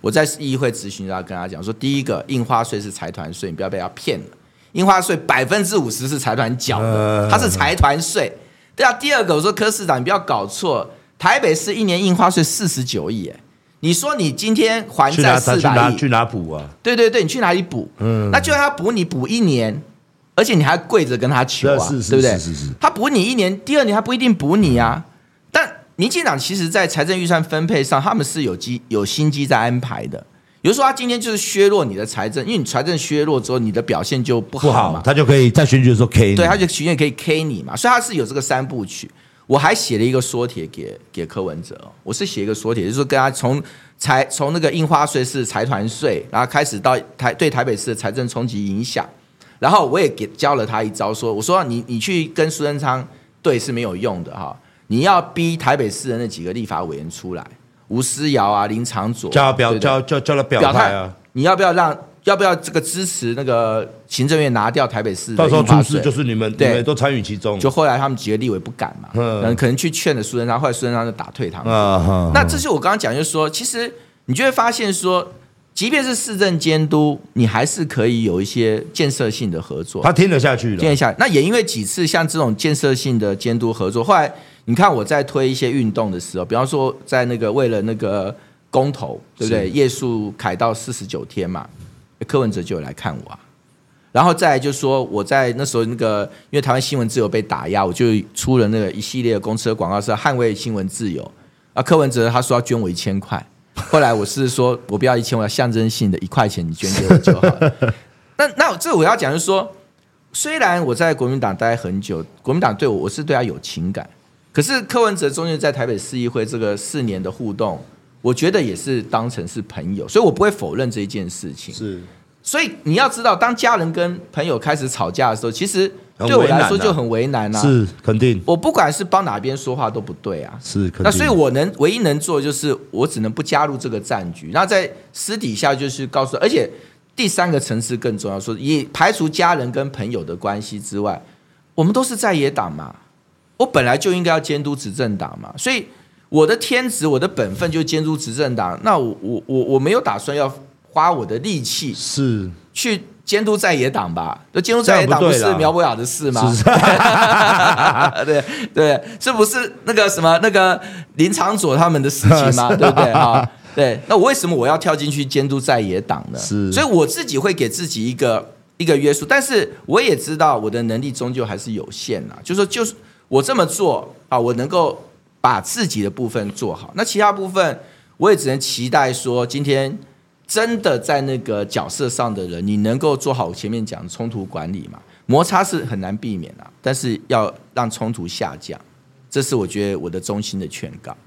Speaker 2: 我在议会咨询要跟他讲说，第一个，印花税是财团税，你不要被他骗了。印花税百分之五十是财团缴的，它是财团税。对啊，第二个，我说柯市长，你不要搞错，台北市一年印花税四十九亿，哎，你说你今天还债四百亿，
Speaker 3: 去哪补啊？
Speaker 2: 对对对，你去哪里补？嗯，那就让他补你补一年，而且你还跪着跟他求啊，
Speaker 3: 是是
Speaker 2: 对不对？
Speaker 3: 是是是，
Speaker 2: 他补你一年，第二年他不一定补你啊。但民进党其实在财政预算分配上，他们是有机有心机在安排的。比如说，他今天就是削弱你的财政，因为你财政削弱之后，你的表现就不好嘛，
Speaker 3: 不好他就可以在选举的时候 K 你，
Speaker 2: 对，他就选举可以 K 你嘛，所以他是有这个三部曲。我还写了一个缩帖给给柯文哲，我是写一个缩帖，就是说跟他从财从那个印花税是财团税，然后开始到台对台北市的财政冲击影响，然后我也给教了他一招说，我说你你去跟苏贞昌对是没有用的哈，你要逼台北市的那几个立法委员出来，吴思瑶啊、林昶佐，
Speaker 3: 叫他表叫叫叫他表态啊，
Speaker 2: 你要不要让？要不要这个支持那个行政院拿掉台北市的
Speaker 3: 到时候
Speaker 2: 印花税？
Speaker 3: 出事就是你们，你们都参与其中。
Speaker 2: 就后来他们几个立委不敢嘛，嗯，可能去劝了苏贞昌，后来苏贞昌就打退堂鼓。
Speaker 3: 啊、
Speaker 2: 那这是我刚刚讲，就是说，其实你就会发现说，即便是市政监督，你还是可以有一些建设性的合作。
Speaker 3: 他听得下去了，
Speaker 2: 听得下去。那也因为几次像这种建设性的监督合作，后来你看我在推一些运动的时候，比方说在那个为了那个公投，对不对？夜宿凯到四十九天嘛。柯文哲就有来看我啊，然后再来就说我在那时候那个，因为台湾新闻自由被打压，我就出了那个一系列的公车广告，是捍卫新闻自由。啊，柯文哲他说要捐我一千块，后来我是说我不要一千，我要象征性的一块钱，你捐给我就好了。那那这我要讲就是说，虽然我在国民党待很久，国民党对我我是对他有情感，可是柯文哲中间在台北市议会这个四年的互动。我觉得也是当成是朋友，所以我不会否认这一件事情。
Speaker 3: 是，
Speaker 2: 所以你要知道，当家人跟朋友开始吵架的时候，其实对我来说就很为难啊。
Speaker 3: 是肯定，
Speaker 2: 我不管是帮哪边说话都不对啊。
Speaker 3: 是肯定。
Speaker 2: 那所以我能唯一能做的就是我只能不加入这个战局，然后在私底下就是告诉，而且第三个层次更重要，说也排除家人跟朋友的关系之外，我们都是在野党嘛，我本来就应该要监督执政党嘛，所以。我的天职，我的本分就是监督执政党。那我我我我没有打算要花我的力气
Speaker 3: 是
Speaker 2: 去监督在野党吧？那监督在野党不是苗博雅的事吗？
Speaker 3: 是
Speaker 2: 对对，是不是那个什么那个林昶佐他们的事情吗？对不对啊？对，那我为什么我要跳进去监督在野党呢？
Speaker 3: 是，
Speaker 2: 所以我自己会给自己一个一个约束，但是我也知道我的能力终究还是有限啊。就是说，就是我这么做啊，我能够。把自己的部分做好，那其他部分我也只能期待说，今天真的在那个角色上的人，你能够做好前面讲的冲突管理嘛？摩擦是很难避免啊，但是要让冲突下降，这是我觉得我的衷心的劝告。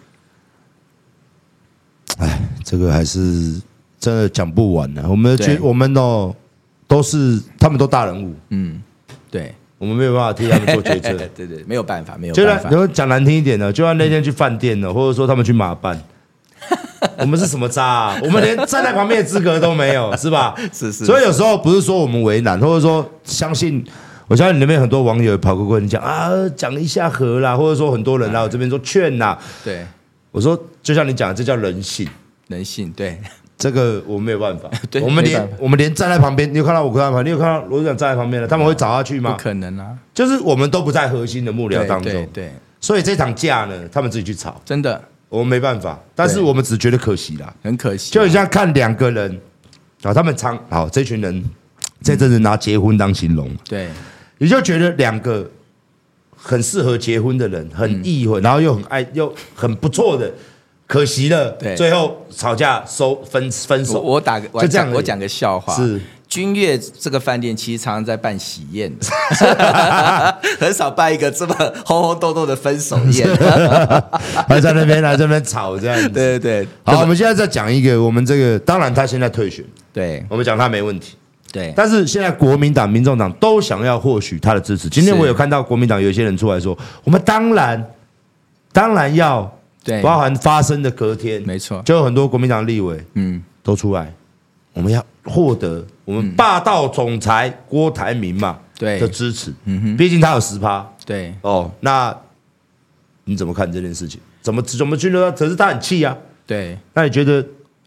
Speaker 3: 哎，这个还是真的讲不完呢。我们觉我们哦都是他们都大人物，
Speaker 2: 嗯，对。
Speaker 3: 我们没有办法替他们做决策，
Speaker 2: 对对，没有办法，没有办法。
Speaker 3: 就算讲难听一点的，就算那天去饭店了，或者说他们去马办，我们是什么渣啊？我们连站在旁边的资格都没有，是吧？
Speaker 2: 是是。
Speaker 3: 所以有时候不是说我们为难，或者说相信，我相信你那边很多网友跑过过来讲啊，讲一下和啦，或者说很多人来我这边说劝啦。
Speaker 2: 对，
Speaker 3: 我说就像你讲的，这叫人性，
Speaker 2: 人性对。
Speaker 3: 这个我没有办法，
Speaker 2: 对，
Speaker 3: 我们连我们连站在旁边，你有看到我站在旁边，你有看到罗市长站在旁边的，他们会找他去吗？
Speaker 2: 不可能啊！
Speaker 3: 就是我们都不在核心的幕僚当中，
Speaker 2: 对 对, 对，
Speaker 3: 所以这场架呢，他们自己去吵，
Speaker 2: 真的，
Speaker 3: 我们没办法，但是我们只觉得可惜啦，
Speaker 2: 很可惜、啊，
Speaker 3: 就很像看两个人啊，他们常好这群人这阵子拿结婚当形容，
Speaker 2: 对，
Speaker 3: 你就觉得两个很适合结婚的人，很意会，然后又很爱又很不错的。可惜了，最后吵架收分分手。
Speaker 2: 我, 我打个
Speaker 3: 就这样，
Speaker 2: 我讲个笑话。
Speaker 3: 是
Speaker 2: 君悦这个饭店其实常常在办喜宴的，很少办一个这么轰轰动动的分手宴，
Speaker 3: 还在那边来这边吵这样子。
Speaker 2: 对对对。
Speaker 3: 好，我们现在再讲一个，我们这个当然他现在退选，
Speaker 2: 对，
Speaker 3: 我们讲他没问题。
Speaker 2: 对，
Speaker 3: 但是现在国民党、民众党都想要获取他的支持。今天我有看到国民党有一些人出来说，我们当然当然要。
Speaker 2: 对，
Speaker 3: 包含发生的隔天，
Speaker 2: 没错，
Speaker 3: 就有很多国民党立委，嗯，都出来，我们要获得我们霸道总裁郭台铭嘛，对的支持，嗯哼，毕竟他有十趴，
Speaker 2: 对，
Speaker 3: 哦，那你怎么看这件事情？怎么怎么去呢？可是他很气啊，
Speaker 2: 对，
Speaker 3: 那你觉得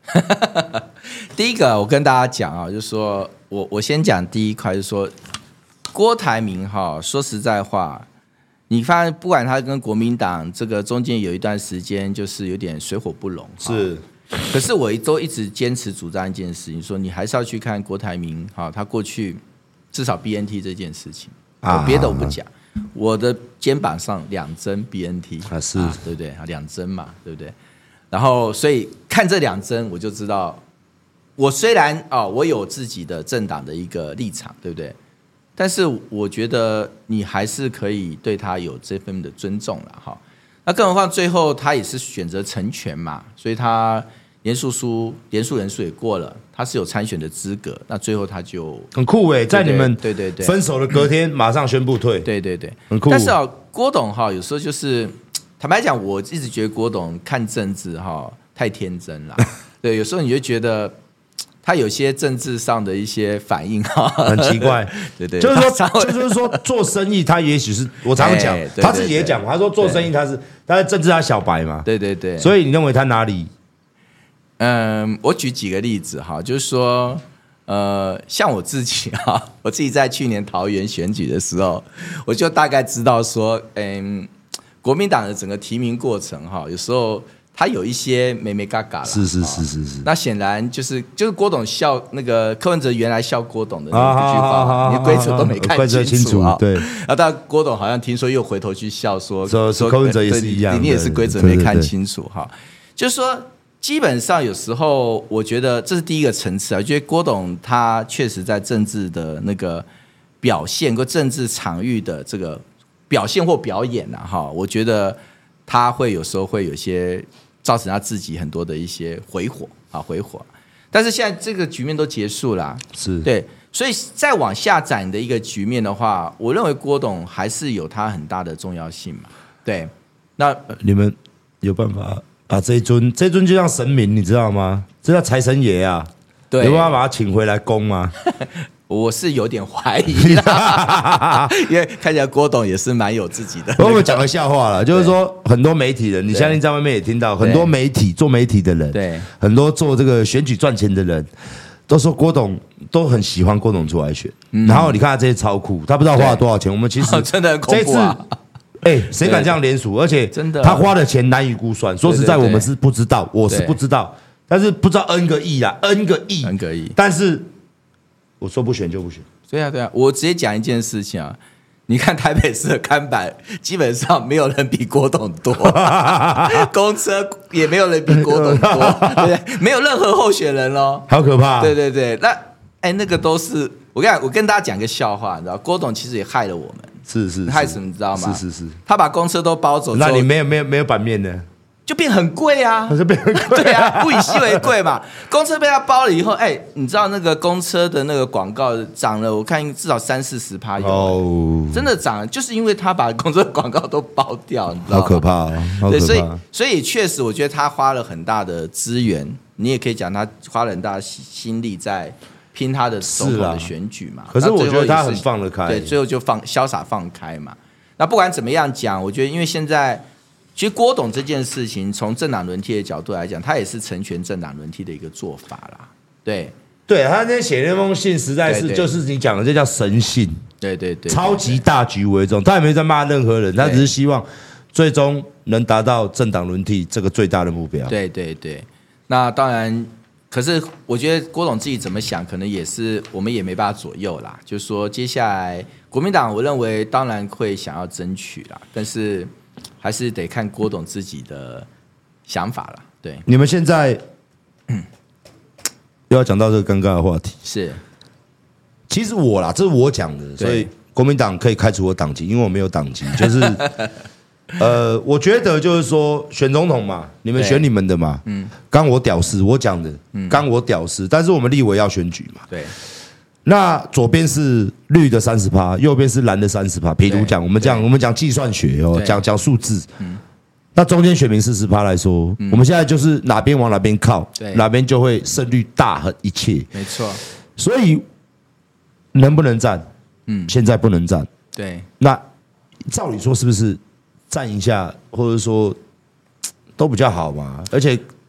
Speaker 2: 第一个，我跟大家讲啊，就是说我我先讲第一块，就是说郭台铭哈，说实在话，你发现不管他跟国民党这个中间有一段时间就是有点水火不容，
Speaker 3: 是。
Speaker 2: 可是我都一直坚持主张一件事情，说你还是要去看郭台铭哈，他过去至少 B N T 这件事情，我别的我不讲，我的肩膀上两针 B N T
Speaker 3: 啊，是，
Speaker 2: 啊对不对？两针嘛，对不对？然后所以看这两针，我就知道，我虽然哦，我有自己的政党的一个立场，对不对？但是我觉得你还是可以对他有这份的尊重了哈。那更何况最后他也是选择成全嘛，所以他连署书连署人数也过了，他是有参选的资格。那最后他就
Speaker 3: 很酷哎，在你们
Speaker 2: 对对对
Speaker 3: 分手的隔天马上宣布退，
Speaker 2: 对对对，
Speaker 3: 很酷。
Speaker 2: 但是啊，郭董哈有时候就是坦白讲，我一直觉得郭董看政治哈太天真了。对，有时候你就觉得他有些政治上的一些反应哈
Speaker 3: 很奇怪。
Speaker 2: 对对，
Speaker 3: 就是说，就是说做生意，他也许是我常常讲，他自己也讲，他说做生意他是他在政治他小白嘛，
Speaker 2: 对对对。
Speaker 3: 所以你认为他哪里？
Speaker 2: 嗯，我举几个例子哈，就是说，呃，像我自己哈，我自己在去年桃园选举的时候，我就大概知道说，嗯，国民党的整个提名过程哈，有时候他有一些眉眉嘎嘎啦，
Speaker 3: 是是是是是。
Speaker 2: 那显然就是就是郭董笑那个柯文哲原来笑郭董的那一句话，连规则都没看清楚啊。
Speaker 3: 对。
Speaker 2: 然后但郭董好像听说又回头去笑说，
Speaker 3: 说柯文哲也是一样，
Speaker 2: 你也是规则没看清楚哈，就是说。基本上有时候，我觉得这是第一个层次啊。我觉得郭董他确实在政治的那个表现或政治场域的这个表现或表演啊，哈，我觉得他会有时候会有些造成他自己很多的一些回火啊，回火。但是现在这个局面都结束了，
Speaker 3: 是
Speaker 2: 对，所以再往下展的一个局面的话，我认为郭董还是有他很大的重要性嘛。对，那
Speaker 3: 你们有办法？把这一尊，这一尊就像神明，你知道吗？这叫财神爷啊！
Speaker 2: 对，
Speaker 3: 有办法把他请回来供吗？
Speaker 2: 我是有点怀疑啦，因为看起来郭董也是蛮有自己的、那個。
Speaker 3: 我们讲个笑话了，就是说很多媒体人，你相信在外面也听到，很多媒体做媒体的人，
Speaker 2: 对，
Speaker 3: 很多做这个选举赚钱的人，都说郭董都很喜欢郭董出来选。嗯、然后你看他这些超酷，他不知道花了多少钱。我们其实、
Speaker 2: 哦、真的很恐怖啊！
Speaker 3: 哎，谁敢这样联署？而且
Speaker 2: 真的，
Speaker 3: 他花的钱难以估算。说实在，我们是不知道，我是不知道，但是不知道 N 个亿啦 ，N 个亿
Speaker 2: ，N 个亿。
Speaker 3: 但是我说不选就不选。
Speaker 2: 对啊，对啊，我直接讲一件事情啊，你看台北市的看板，基本上没有人比郭董多，公车也没有人比郭董多，对不对？没有任何候选人咯，
Speaker 3: 好可怕。
Speaker 2: 对对对，那哎，那个都是我跟我跟大家讲个笑话，你知道，郭董其实也害了我们。
Speaker 3: 是是，
Speaker 2: 害什么你知道吗？
Speaker 3: 是是是，
Speaker 2: 他把公车都包走之后，
Speaker 3: 那你没有没有没有版面呢？
Speaker 2: 就变很贵啊，
Speaker 3: 就变很贵、啊，
Speaker 2: 对啊，物以稀为贵嘛。公车被他包了以后，哎，你知道那个公车的那个广告涨了，我看至少三四十趴有，哦，真的涨了，就是因为他把公车广告都包掉，你知道吗？
Speaker 3: 好可怕哦，好可怕。
Speaker 2: 对，所以所以确实，我觉得他花了很大的资源，你也可以讲他花了很大的心力在拼他的总统的选举嘛。
Speaker 3: 可是我觉得他很放得开，
Speaker 2: 对，最后就放潇洒放开嘛。那不管怎么样讲，我觉得因为现在。其实郭董这件事情，从政党轮替的角度来讲，他也是成全政党轮替的一个做法啦。对，
Speaker 3: 对他那天写那封信，实在是对对就是你讲的，这叫神信。
Speaker 2: 对对 对, 对，
Speaker 3: 超级大局为重。他也没在骂任何人，他只是希望最终能达到政党轮替这个最大的目标。
Speaker 2: 对对对，那当然，可是我觉得郭董自己怎么想，可能也是我们也没办法左右啦。就是说，接下来国民党，我认为当然会想要争取啦，但是。还是得看郭董自己的想法了。对，
Speaker 3: 你们现在、嗯、又要讲到这个尴尬的话题，
Speaker 2: 是，
Speaker 3: 其实我啦，这是我讲的，所以国民党可以开除我党籍，因为我没有党籍。就是呃，我觉得就是说选总统嘛，你们选你们的嘛，嗯，刚我屌丝，我讲的，刚我屌丝，但是我们立委要选举嘛，
Speaker 2: 对。
Speaker 3: 那左边是绿的三十趴，右边是蓝的三十趴。譬如讲，我们讲我们讲计算学哦，讲讲数字。嗯，那中间选民四十趴来说，嗯、我们现在就是哪边往哪边靠，哪边就会胜率大很一切。
Speaker 2: 没错。
Speaker 3: 所以能不能站？嗯，现在不能站。
Speaker 2: 对。
Speaker 3: 那照理说是不是站一下，或者说都比较好嘛？而且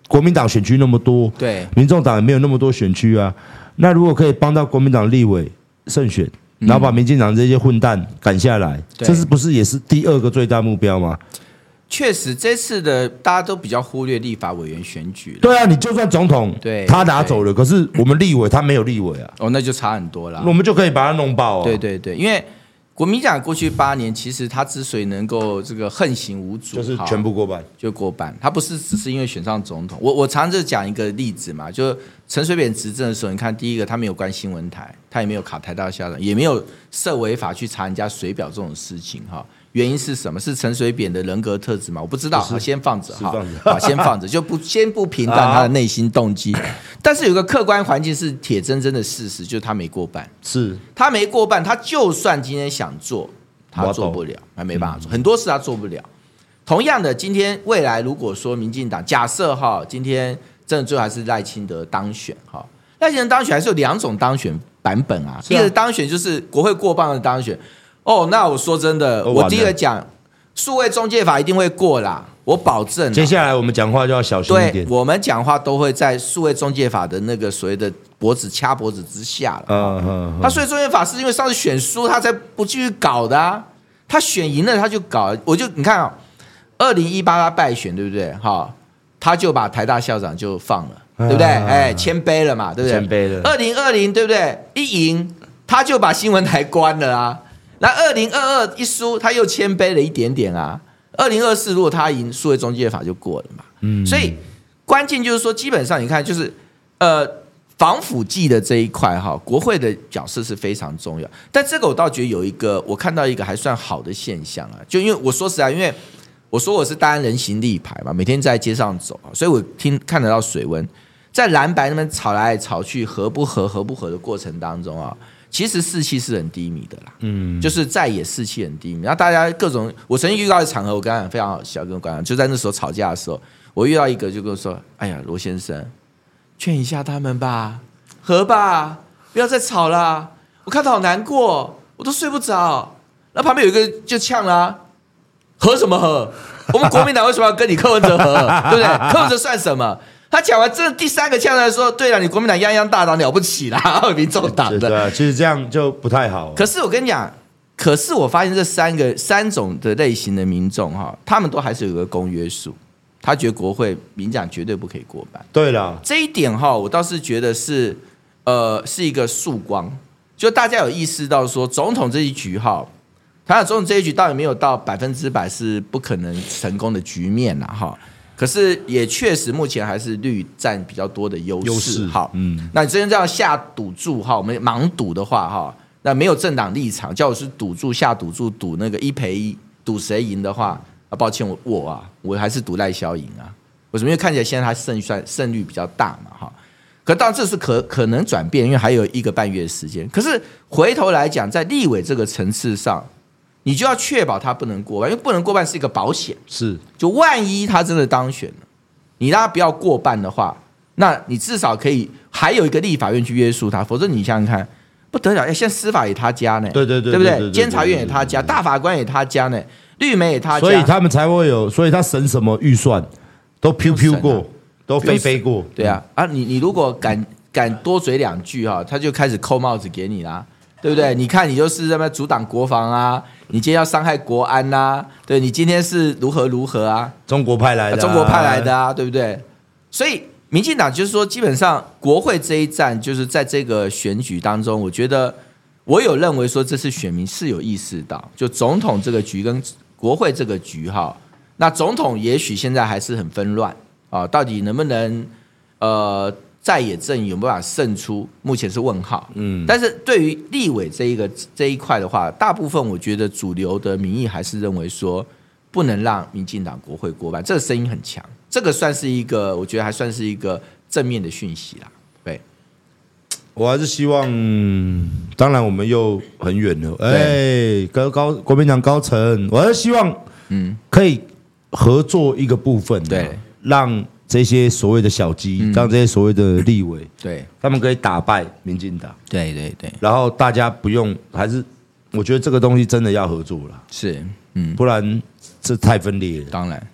Speaker 3: 国民党选区那么多，
Speaker 2: 对，
Speaker 3: 民众党也没有那么多选区啊。那如果可以帮到国民党立委胜选，然后把民进党这些混蛋赶下来，
Speaker 2: 嗯、
Speaker 3: 这是不是也是第二个最大目标吗？
Speaker 2: 确实，这次的大家都比较忽略立法委员选举。
Speaker 3: 对啊，你就算总统，
Speaker 2: 对，
Speaker 3: 他拿走了，可是我们立委他没有立委啊，
Speaker 2: 哦，那就差很多了。
Speaker 3: 我们就可以把他弄爆啊。
Speaker 2: 对对对，因为国民党过去八年，其实他之所以能够这个横行无阻，
Speaker 3: 就是全部过半，
Speaker 2: 就过半。他不是只是因为选上总统。我我常常讲一个例子嘛，就陈水扁执政的时候，你看第一个他没有关新闻台，他也没有卡台大校长，也没有设违法去查人家水表这种事情哈。原因是什么？是陈水扁的人格特质吗？我不知道，好，先放着哈，好，先放着，就不先不评断他的内心动机。但是有个客观环境是铁铮铮的事实，就是他没过半。
Speaker 3: 是
Speaker 2: 他没过半，他就算今天想做，他做不了，还没办法做，很多事他做不了。同样的，今天未来如果说民进党假设哈，今天真的最后还是赖清德当选哈，赖清德当选还是有两种当选版本啊，一个当选就是国会过半的当选。哦，那我说真的，我第一个讲，数位中介法一定会过啦，我保证。
Speaker 3: 接下来我们讲话就要小心一点，
Speaker 2: 对，我们讲话都会在数位中介法的那个所谓的脖子掐脖子之下了。嗯嗯。那数位中介法是因为上次选输，他才不继续搞的啊。他选赢了他就搞，我就你看啊、哦，二零一八他败选对不对？哈，他就把台大校长就放了，对不对？哎，谦卑了嘛，对不对？
Speaker 3: 谦卑了。
Speaker 2: 二零二零对不对？一赢他就把新闻台关了啊。那二零二二一输，他又谦卑了一点点啊。二零二四如果他赢，数位中介法就过了嘛。嗯，所以关键就是说，基本上你看，就是呃，防腐剂的这一块哈，国会的角色是非常重要。但这个我倒觉得有一个，我看到一个还算好的现象啊，就因为我说实在，因为我说我是大安人行立牌嘛，每天在街上走，所以我听看得到水温，在蓝白那边吵来吵去，合不合合不合的过程当中啊。其实士气是很低迷的啦，嗯，就是在野士气很低迷。然后大家各种，我曾经遇到的场合，我刚刚非常好笑，跟我讲，就在那时候吵架的时候，我遇到一个就跟我说：“哎呀，罗先生，劝一下他们吧，和吧，不要再吵啦，我看到好难过，我都睡不着。”然后旁边有一个就呛啦、啊：“和什么和？我们国民党为什么要跟你柯文哲和？对不对？柯文哲算什么？”他讲完这第三个呛来说，对了，你国民党泱泱大党了不起啦，民众党的，
Speaker 3: 对啊，其实这样就不太好。
Speaker 2: 可是我跟你讲，可是我发现这三个三种的类型的民众哈，他们都还是有个公约数，他觉得国会民进党绝对不可以过半。
Speaker 3: 对了，
Speaker 2: 这一点哈，我倒是觉得是呃是一个曙光，就大家有意识到说，总统这一局哈，台湾总统这一局到底没有到百分之百是不可能成功的局面啦哈。可是也确实，目前还是绿占比较多的优势。好，嗯，那你真的这样下赌注哈，我们盲赌的话哈，那没有政党立场，叫我是赌注下赌注赌那个一赔一，赌谁赢的话，啊，抱歉我我啊，我还是赌赖萧赢啊。为什么？因为看起来现在他胜算胜率比较大嘛哈。可当然这是可可能转变，因为还有一个半月的时间。可是回头来讲，在立委这个层次上。你就要确保他不能过半，因为不能过半是一个保险。
Speaker 3: 是，
Speaker 2: 就万一他真的当选了，你让他不要过半的话，那你至少可以还有一个立法院去约束他，否则你想想看，不得了！哎，现在司法也他家呢，
Speaker 3: 对对对，
Speaker 2: 对不对？监察院也他家，大法官也他家呢，绿媒也他家，
Speaker 3: 所以他们才会有，所以他审什么预算都飘飘过，都飞飞过。
Speaker 2: 对啊，啊，你你如果敢敢多嘴两句哈，他就开始扣帽子给你啦。对不对？你看，你就是在那阻挡国防啊，你今天要伤害国安呐、啊，对你今天是如何如何啊？
Speaker 3: 中国派来的、啊，
Speaker 2: 中国派来的啊，对不对？所以民进党就是说，基本上国会这一战，就是在这个选举当中，我觉得我有认为说，这次选民是有意识到，就总统这个局跟国会这个局哈，那总统也许现在还是很纷乱啊，到底能不能呃？在野阵营有没有办法胜出？目前是问号。嗯，但是对于立委这一个这一块的话，大部分我觉得主流的民意还是认为说，不能让民进党国会过半，这个声音很强，这个算是一个，我觉得还算是一个正面的讯息啦。对，
Speaker 3: 我还是希望，当然我们又很远了，哎，高高国民党高层，我还是希望，嗯，可以合作一个部分，对，让。这些所谓的小鸡，让这些所谓的立委，
Speaker 2: 对，
Speaker 3: 他们可以打败民进党，
Speaker 2: 对对对，
Speaker 3: 然后大家不用，还是我觉得这个东西真的要合作了，
Speaker 2: 是，嗯，
Speaker 3: 不然这太分裂了。
Speaker 2: 当然，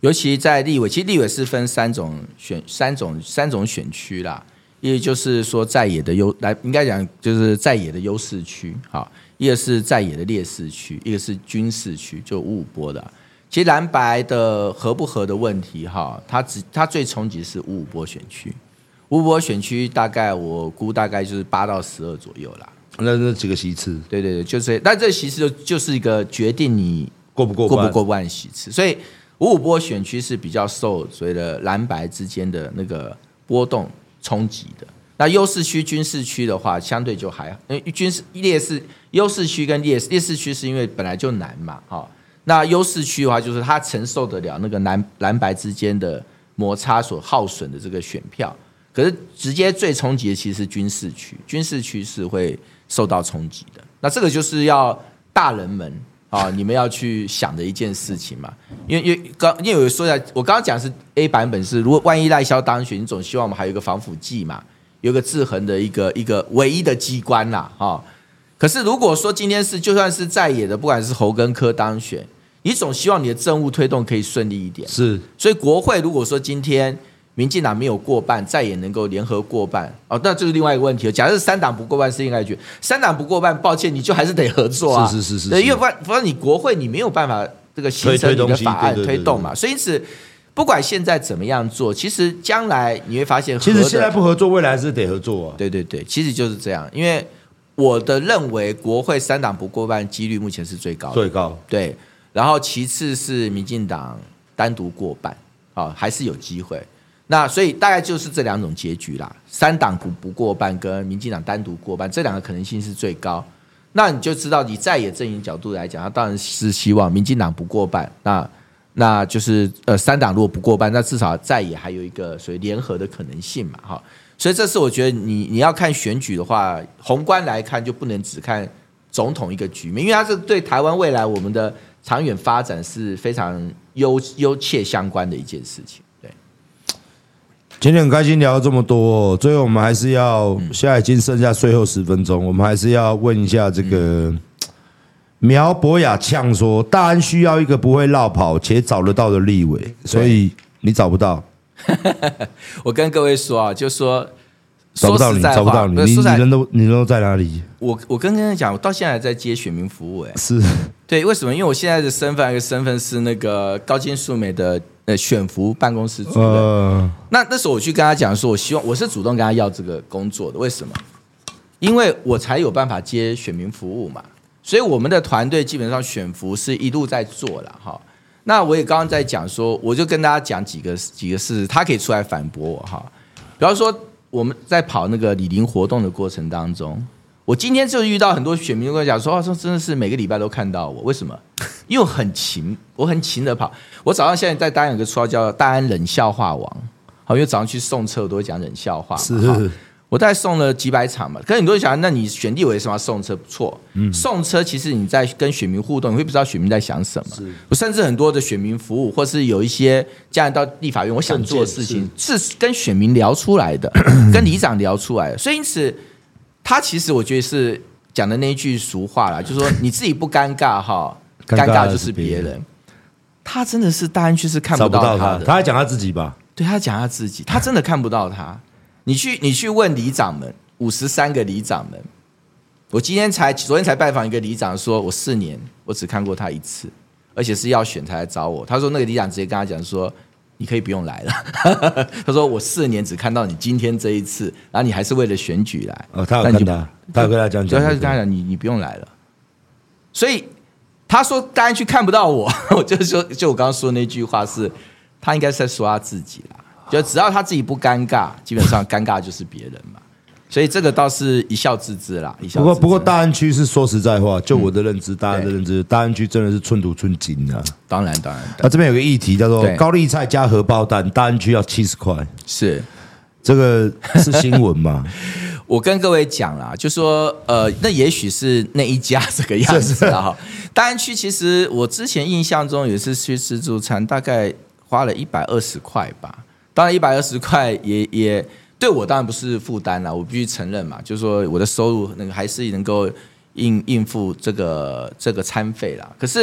Speaker 2: 尤其在立委，其实立委是分三种选三种三种选区啦，一个就是说在野的优来，应该讲就是在野的优势区，好，一个是在野的劣势区，一个是军事区，就五五波的。其实蓝白的合不合的问题，哈，它只它最冲击是五五波选区，五五波选区大概我估大概就是八到十二左右啦。
Speaker 3: 那那几个席次，
Speaker 2: 对对对，就是，但这个席次就就是一个决定你
Speaker 3: 过不过
Speaker 2: 过不过半席次，所以五五波选区是比较受所谓的蓝白之间的那个波动冲击的。那优势区、军事区的话，相对就还好，因为军事劣势优势区跟劣势劣势区是因为本来就难嘛，哈。那优势区的话，就是它承受得了那个蓝蓝白之间的摩擦所耗损的这个选票。可是直接最冲击的其实是军事区，军事区是会受到冲击的。那这个就是要大人们啊，你们要去想的一件事情嘛。因为因为刚因为有说在，我刚刚讲是 A 版本是，如果万一赖萧当选，你总希望我们还有一个防腐剂嘛，有一个制衡的一个一个唯一的机关啦，哈。可是如果说今天是就算是在野的，不管是侯跟柯当选，你总希望你的政务推动可以顺利一点。
Speaker 3: 是，
Speaker 2: 所以国会如果说今天民进党没有过半，再也能够联合过半，哦，那就是另外一个问题了。假设三党不过半是应该觉得三党不过半，抱歉，你就还是得合作啊。
Speaker 3: 是是是是，
Speaker 2: 对，因为不然不然你国会你没有办法这个形成你的法案推动嘛。所以因此，不管现在怎么样做，其实将来你会发现，
Speaker 3: 其实现在不合作，未来还是得合作啊。
Speaker 2: 对对对，其实就是这样。因为我的认为，国会三党不过半几率目前是最高的，
Speaker 3: 最高。
Speaker 2: 对，然后其次是民进党单独过半，啊、哦，还是有机会。那所以大概就是这两种结局啦，三党不不过半跟民进党单独过半，这两个可能性是最高。那你就知道，你在野阵营角度来讲，他当然是希望民进党不过半，那那就是呃三党如果不过半，那至少在野还有一个所谓联合的可能性嘛，哈。所以这是我觉得你你要看选举的话，宏观来看就不能只看总统一个局面，因为它是对台湾未来我们的长远发展是非常优优切相关的一件事情。对，
Speaker 3: 今天很开心聊了这么多、哦，最后我们还是要，嗯、现在已经剩下最后十分钟，我们还是要问一下这个、嗯、苗博雅呛说，大安需要一个不会落跑且找得到的立委，所以你找不到。
Speaker 2: 我跟各位说啊，就说
Speaker 3: 找不到你，找不到你，你你人都你人都在哪里？
Speaker 2: 我我跟跟你讲，我到现在还在接选民服务、欸，哎，
Speaker 3: 是
Speaker 2: 对，为什么？因为我现在的身份，一个身份是那个高金素梅的呃选服办公室主任。呃、那那时候我去跟他讲说，我希望我是主动跟他要这个工作的，为什么？因为我才有办法接选民服务嘛，所以我们的团队基本上选服是一路在做了哈。那我也刚刚在讲说，我就跟大家讲几个几个事，他可以出来反驳我哈。比方说，我们在跑那个里邻活动的过程当中，我今天就遇到很多选民跟我讲说，说真的是每个礼拜都看到我，为什么？因为我很勤，我很勤的跑。我早上现在在大安有个绰号叫大安冷笑话王，好，因为早上去送车我都会讲冷笑话，
Speaker 3: 是。
Speaker 2: 我大概送了几百场嘛，可是很多人想，那你选立委为什么要送车？不错，嗯，送车其实你在跟选民互动，你会不知道选民在想什么。我甚至很多的选民服务，或是有一些家人到立法院，我想做的事情是跟选民聊出来的，跟里长聊出来的。所以因此，他其实我觉得是讲的那一句俗话啦，就是说你自己不尴尬哈，尴尬就是别人。他真的是大安区是看不到他的，
Speaker 3: 他在讲他自己吧？
Speaker 2: 对，他讲他自己，他真的看不到他。你去你去问里长们，五十三个里长们，我今天才昨天才拜访一个里长，说我四年我只看过他一次，而且是要选才来找我。他说那个里长直接跟他讲说，你可以不用来了。他说我四年只看到你今天这一次，然后你还是为了选举来。
Speaker 3: 哦，他有跟他，他有跟他讲讲，
Speaker 2: 他就跟他讲你你不用来了。所以他说大安区看不到我，我就说就我刚刚说的那句话是，他应该是在说他自己啦。就只要他自己不尴尬，基本上尴尬就是别人嘛，所以这个倒是一笑置之啦。一笑置之不
Speaker 3: 过不过大安区是说实在话，就我的认知，嗯、大安的认知，大安区真的是寸土寸金啊。
Speaker 2: 当然当然。
Speaker 3: 那这边有个议题叫做高丽菜加荷包蛋，大安区要七十块，
Speaker 2: 是
Speaker 3: 这个是新闻吗？
Speaker 2: 我跟各位讲啦，就说呃，那也许是那一家这个样子啊。大安区其实我之前印象中有一次去自助餐，大概花了一百二十块吧。当然，一百二十块也也对我当然不是负担啦，我必须承认嘛，就是说我的收入那个还是能够应应付这个这个餐费啦。可是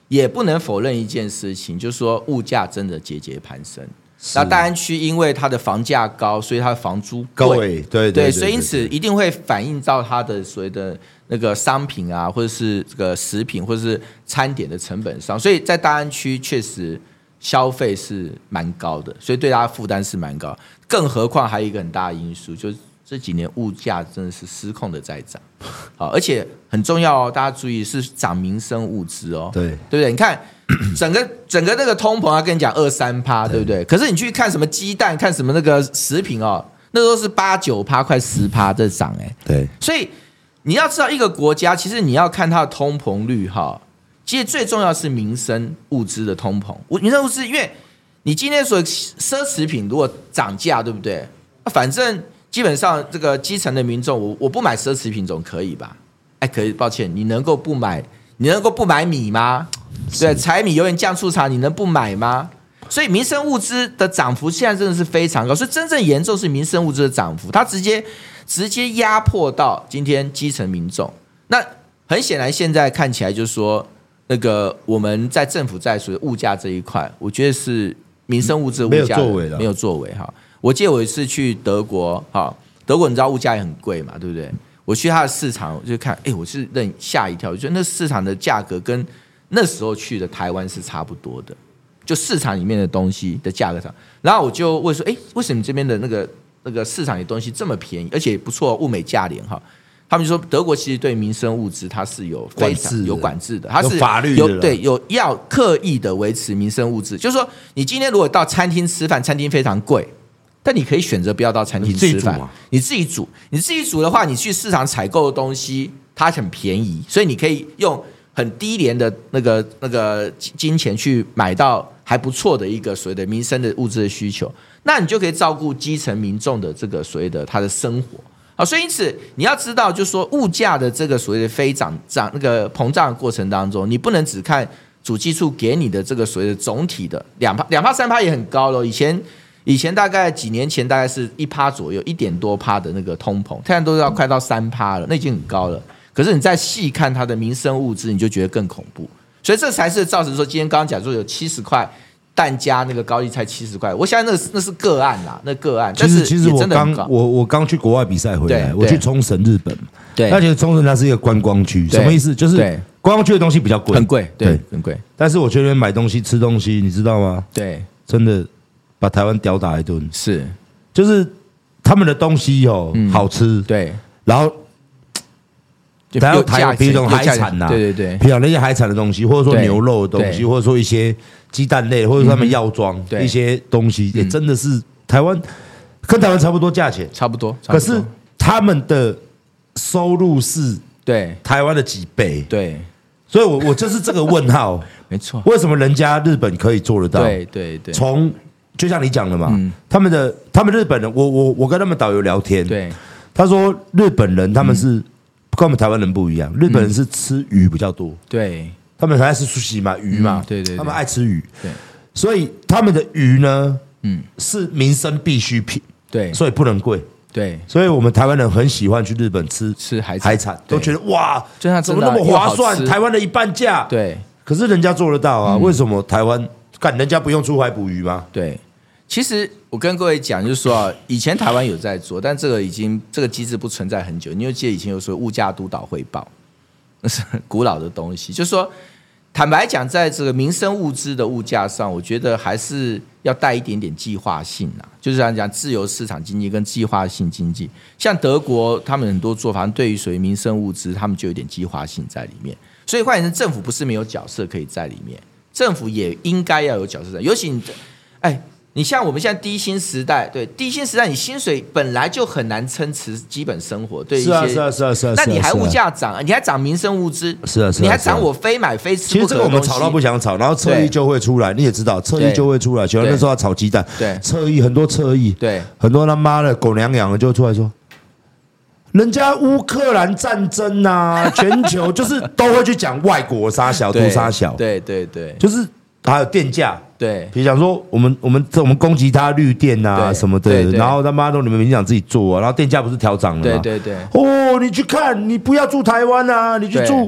Speaker 2: 也不能否认一件事情，就是说物价真的节节攀升。那大安区因为它的房价高，所以它的房租贵，
Speaker 3: 对对对，
Speaker 2: 所以因此一定会反映到它的所谓的那个商品啊，或者是这个食品或者是餐点的成本上，所以在大安区确实消费是蛮高的，所以对它的负担是蛮高。更何况还有一个很大的因素，就是这几年物价真的是失控的在涨，好，而且很重要哦，大家注意是涨民生物资哦，
Speaker 3: 对
Speaker 2: 对不对？你看整个整个那个通膨，他跟你讲二三趴，对不对？可是你去看什么鸡蛋，看什么那个食品哦，那都是八九趴，快十趴在涨哎，
Speaker 3: 对，
Speaker 2: 所以你要知道一个国家，其实你要看它的通膨率哈，其实最重要是民生物资的通膨，民生物资，因为你今天所奢侈品如果涨价，对不对？反正基本上这个基层的民众，我我不买奢侈品总可以吧？哎，可以，抱歉，你能够不买，你能够不买米吗？对，柴米油盐酱醋茶，你能不买吗？所以民生物资的涨幅现在真的是非常高，所以真正严重是民生物资的涨幅，它直接直接压迫到今天基层民众。那很显然，现在看起来就是说，那个我们在政府在所谓物价这一块，我觉得是民生物资的物价
Speaker 3: 没有作为了，
Speaker 2: 没有作为哈。我记得我一次去德国，哈，德国你知道物价也很贵嘛，对不对？我去它的市场，我就看，哎，我是认吓一跳，我觉得那市场的价格跟那时候去的台湾是差不多的，就市场里面的东西的价格上。然后我就问说，哎，为什么你这边的那个那个市场里的东西这么便宜，而且不错，物美价廉哈？他们就说德国其实对民生物资它是有非常有管制的，它是
Speaker 3: 有法律
Speaker 2: 有对有要刻意的维持民生物资，就是说你今天如果到餐厅吃饭，餐厅非常贵。但你可以选择不要到餐厅吃饭，你自己煮。你自己煮的话，你去市场采购的东西它很便宜，所以你可以用很低廉的那个那个金钱去买到还不错的一个所谓的民生的物资的需求，那你就可以照顾基层民众的这个所谓的他的生活。好，所以因此你要知道，就是说物价的这个所谓的飞涨涨那个膨胀的过程当中，你不能只看主计处给你的这个所谓的总体的两趴两趴三趴也很高了，以前。以前大概几年前大概是一趴左右，一点多趴的那个通膨，现在都要快到三趴了，那已经很高了。可是你再细看它的民生物资，你就觉得更恐怖。所以这才是造成说，今天刚刚讲说有七十块蛋加那个高丽菜七十块，我想那个那是个案啦，那个案。
Speaker 3: 其实其实我刚我我刚去国外比赛回来，我去冲绳日本，
Speaker 2: 对，
Speaker 3: 那其实冲绳它是一个观光区，什么意思？就是观光区的东西比较贵，
Speaker 2: 很贵，对，很贵。
Speaker 3: 但是我觉得买东西吃东西，你知道吗？
Speaker 2: 对，
Speaker 3: 真的。把台湾屌打一顿，
Speaker 2: 是，
Speaker 3: 就是他们的东西哦，嗯、好吃，
Speaker 2: 对，
Speaker 3: 然后还有台比如这种海产呐、啊，
Speaker 2: 对对对，
Speaker 3: 比如那些海产的东西，或者说牛肉的东西，或者说一些鸡蛋类，或者说他们药妆、嗯、一些东西，也真的是台湾跟台湾差不多价钱，
Speaker 2: 差不多，
Speaker 3: 可是他们的收入是
Speaker 2: 对
Speaker 3: 台湾的几倍，
Speaker 2: 对，
Speaker 3: 所以我我就是这个问号，
Speaker 2: 没错，
Speaker 3: 为什么人家日本可以做得到？
Speaker 2: 对对对，
Speaker 3: 从就像你讲的嘛，嗯、他们的他们日本人，我我我跟他们导游聊天，
Speaker 2: 对，
Speaker 3: 他说日本人他们是、嗯、跟我们台湾人不一样，日本人是吃鱼比较多，
Speaker 2: 对，
Speaker 3: 他们很爱吃寿司嘛，鱼嘛、
Speaker 2: 嗯，对 对, 对，
Speaker 3: 他们爱吃鱼，
Speaker 2: 对，
Speaker 3: 所以他们的鱼呢，嗯，是民生必需品，
Speaker 2: 对，
Speaker 3: 所以不能贵，
Speaker 2: 对，
Speaker 3: 所以我们台湾人很喜欢去日本吃
Speaker 2: 吃海
Speaker 3: 海产，都觉得哇，怎么那么划算，台湾的一半价，
Speaker 2: 对，
Speaker 3: 可是人家做得到啊，嗯、为什么台湾干人家不用出海捕鱼吗？
Speaker 2: 对。其实我跟各位讲，就是说啊，以前台湾有在做，但这个已经这个机制不存在很久。你又记得以前有说物价督导汇报，那是很古老的东西。就是说，坦白讲，在这个民生物资的物价上，我觉得还是要带一点点计划性啊。就是像讲自由市场经济跟计划性经济，像德国他们很多做法，对于属于民生物资，他们就有点计划性在里面。所以换言之，政府不是没有角色可以在里面，政府也应该要有角色在。尤其你，哎。你像我们现在低薪时代，对低薪时代，你薪水本来就很难撑持基本生活，对一些
Speaker 3: 是啊是啊是啊是啊，
Speaker 2: 那你还物价涨，你还涨民生物资，
Speaker 3: 是啊是啊，
Speaker 2: 你还涨我非买非吃。
Speaker 3: 其实这个我们吵到不想吵，然后侧翼就会出来，你也知道，侧翼就会出来。就像那时候要炒鸡蛋，
Speaker 2: 对，
Speaker 3: 侧翼很多侧翼，
Speaker 2: 对，
Speaker 3: 很多他妈的狗娘养的就出来说，人家乌克兰战争啊，全球就是都会去讲外国杀小都杀小，
Speaker 2: 对对对，
Speaker 3: 就是还有电价。
Speaker 2: 对，
Speaker 3: 比如讲说我们我们我们攻击他绿电啊什么的，
Speaker 2: 对对对，
Speaker 3: 然后他妈都你们民进党自己做啊，然后电价不是调涨了吗？
Speaker 2: 对对对。
Speaker 3: 哦，你去看，你不要住台湾啊，你去住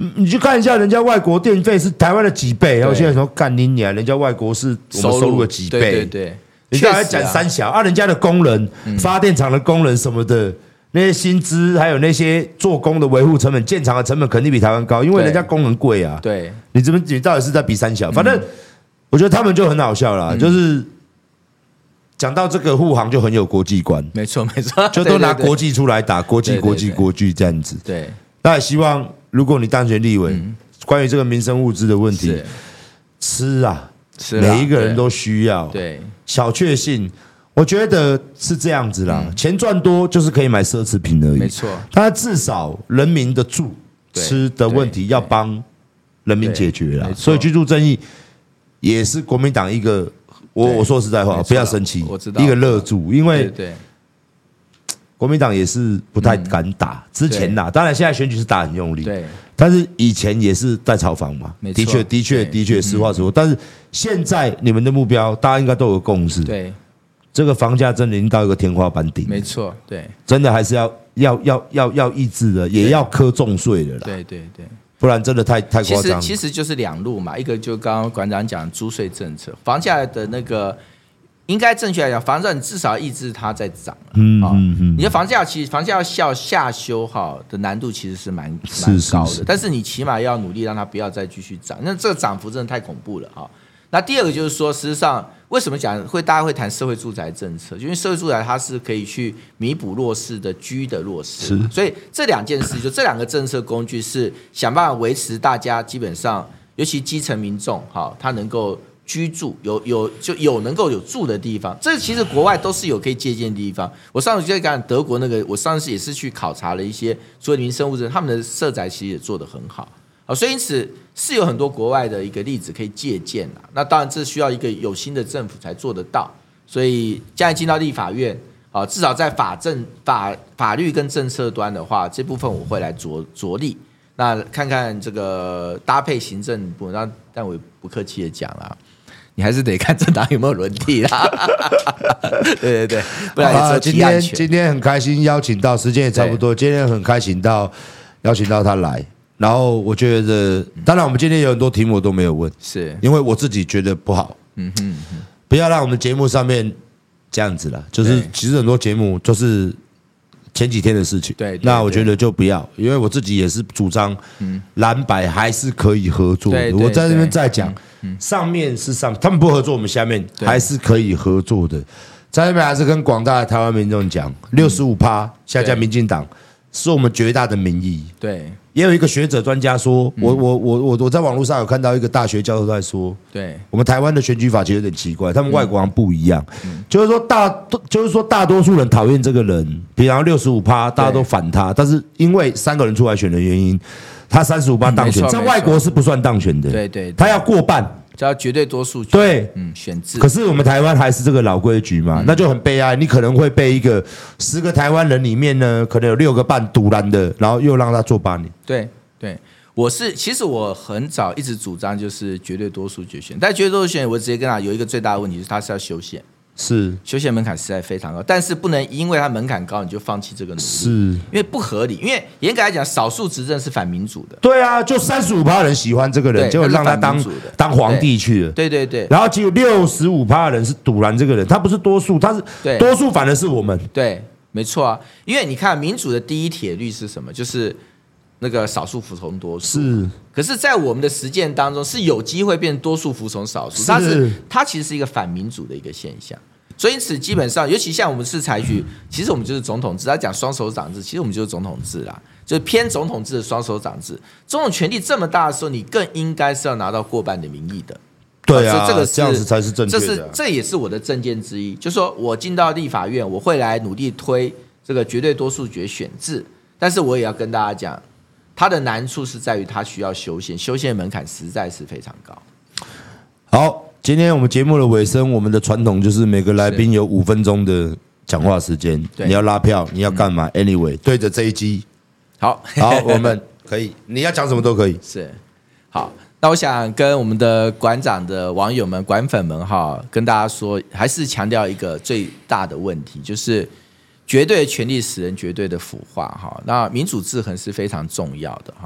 Speaker 3: 你去看一下人家外国电费是台湾的几倍，然后现在说干你娘，人家外国是我们收入的几倍，
Speaker 2: 对对对，
Speaker 3: 人家还讲三小啊，人家的工人、嗯、发电厂的工人什么的。那些薪资还有那些做工的维护成本、建厂的成本肯定比台湾高，因为人家工人贵啊。
Speaker 2: 对，
Speaker 3: 你怎么你到底是在比三小？反正我觉得他们就很好笑啦，嗯、就是讲到这个护航就很有国际观，
Speaker 2: 没错没错，
Speaker 3: 就都拿国际出来打国际国际国际这样子。
Speaker 2: 对，
Speaker 3: 那也希望如果你当选立委，嗯、关于这个民生物资的问题，吃啊，吃每一个人都需要，
Speaker 2: 对，
Speaker 3: 小确幸。我觉得是这样子啦，嗯、钱赚多就是可以买奢侈品而已，
Speaker 2: 没错。
Speaker 3: 但至少人民的住、吃的问题要帮人民解决啦。所以居住正义也是国民党一个，我我说实在话，不要生气，
Speaker 2: 我知道
Speaker 3: 一个热柱，因为
Speaker 2: 对
Speaker 3: 国民党也是不太敢打，之前打，当然现在选举是打很用力，
Speaker 2: 对，
Speaker 3: 但是以前也是在炒房嘛，的确的确的确，实话实说。但是现在你们的目标，大家应该都有共识，
Speaker 2: 对。
Speaker 3: 这个房价真的已经到一个天花板顶，
Speaker 2: 没错，对，
Speaker 3: 真的还是要要要要要抑制的，也要课重税的啦，
Speaker 2: 对对对，
Speaker 3: 不然真的太太夸张。
Speaker 2: 其实其实就是两路嘛，一个就刚刚馆长讲租税政策，房价的那个应该正确来讲，房价你至少抑制它在涨，嗯嗯嗯，你的房价其实房价要下修哈的难度其实是蛮蛮高的，但是你起码要努力让它不要再继续涨，那这个涨幅真的太恐怖了哈。那第二个就是说，事实上为什么讲会大家会谈社会住宅政策？因为社会住宅它是可以去弥补弱势的居的弱势，所以这两件事就这两个政策工具是想办法维持大家基本上，尤其基层民众哈，他能够居住有有就有能够有住的地方。这其实国外都是有可以借鉴的地方。我上次就在讲德国那个，我上次也是去考察了一些所谓民生物资，他们的社宅其实也做得很好。所以因此是有很多国外的一个例子可以借鉴啦。那当然这需要一个有心的政府才做得到。所以将来进到立法院，至少在法政法法律跟政策端的话，这部分我会来着着力。那看看这个搭配行政部，但但我也不客气的讲啦，你还是得看政党有没有轮替啦。对对对，不然
Speaker 3: 啊，今天今天很开心邀请到，时间也差不多，今天很开心到邀请到他来。然后我觉得，当然我们今天有很多题目我都没有问，
Speaker 2: 是因
Speaker 3: 为我自己觉得不好。嗯哼哼，不要让我们节目上面这样子了。就是其实很多节目就是前几天的事情，
Speaker 2: 对，
Speaker 3: 那我觉得就不要，因为我自己也是主张蓝白还是可以合作的。我在这边再讲，上面是上，他们不合作，我们下面还是可以合作的。在这边还是跟广大的台湾民众讲，六十五趴下架民进党是我们绝大的民意。
Speaker 2: 对。
Speaker 3: 也有一个学者专家说，我我我我我在网络上有看到一个大学教授在说，
Speaker 2: 对，
Speaker 3: 我们台湾的选举法其实有点奇怪，他们外国好像不一样，嗯、就是说大就是说大多数人讨厌这个人，比方六十五趴大家都反他，但是因为三个人出来选的原因，他三十五趴当选，在外国是不算当选的，
Speaker 2: 对 对, 对，
Speaker 3: 他要过半。
Speaker 2: 叫绝对多数决，
Speaker 3: 对，
Speaker 2: 嗯，选制。
Speaker 3: 可是我们台湾还是这个老规矩嘛，嗯、那就很悲哀。你可能会被一个十个台湾人里面呢，可能有六个半独蓝的，然后又让他做八年。
Speaker 2: 对对，我是其实我很早一直主张就是绝对多数决选，但绝对多数决选我直接跟他有一个最大的问题就是它是要修宪。
Speaker 3: 是
Speaker 2: 修宪门槛实在非常高，但是不能因为它门槛高你就放弃这个努力，
Speaker 3: 是
Speaker 2: 因为不合理。因为严格来讲，少数执政是反民主的。
Speaker 3: 对啊，就三十五趴人喜欢这个人，结果让他当当皇帝去了。
Speaker 2: 对对对，
Speaker 3: 然后只有六十五趴人是堵拦这个人，他不是多数，他是多数，反而是我们。
Speaker 2: 对，没错啊，因为你看民主的第一铁律是什么？就是那个少数服从多数。
Speaker 3: 是，
Speaker 2: 可是，在我们的实践当中，是有机会变多数服从少数，它是它其实是一个反民主的一个现象。所以因此基本上，尤其像我们是采取，其实我们就是总统制。他讲双手掌制，其实我们就是总统制啦，就是偏总统制的双手掌制。总统权力这么大的时候，你更应该是要拿到过半的民意的。
Speaker 3: 对啊，
Speaker 2: 这个是
Speaker 3: 这样子才是正确的。
Speaker 2: 这是这也是我的政见之一，就是说我进到立法院，我会来努力推这个绝对多数决选制，但是我也要跟大家讲，它的难处是在于它需要修宪，修宪门槛实在是非常高。
Speaker 3: 好。今天我们节目的尾声，我们的传统就是每个来宾有五分钟的讲话时间。你要拉票，你要干嘛、嗯、？Anyway， 对着这一机，
Speaker 2: 好，
Speaker 3: 好，我们可以，你要讲什么都可以。
Speaker 2: 是，好，那我想跟我们的馆长的网友们、馆粉们哈，跟大家说，还是强调一个最大的问题，就是绝对权力使人绝对的腐化哈。那民主制衡是非常重要的哈。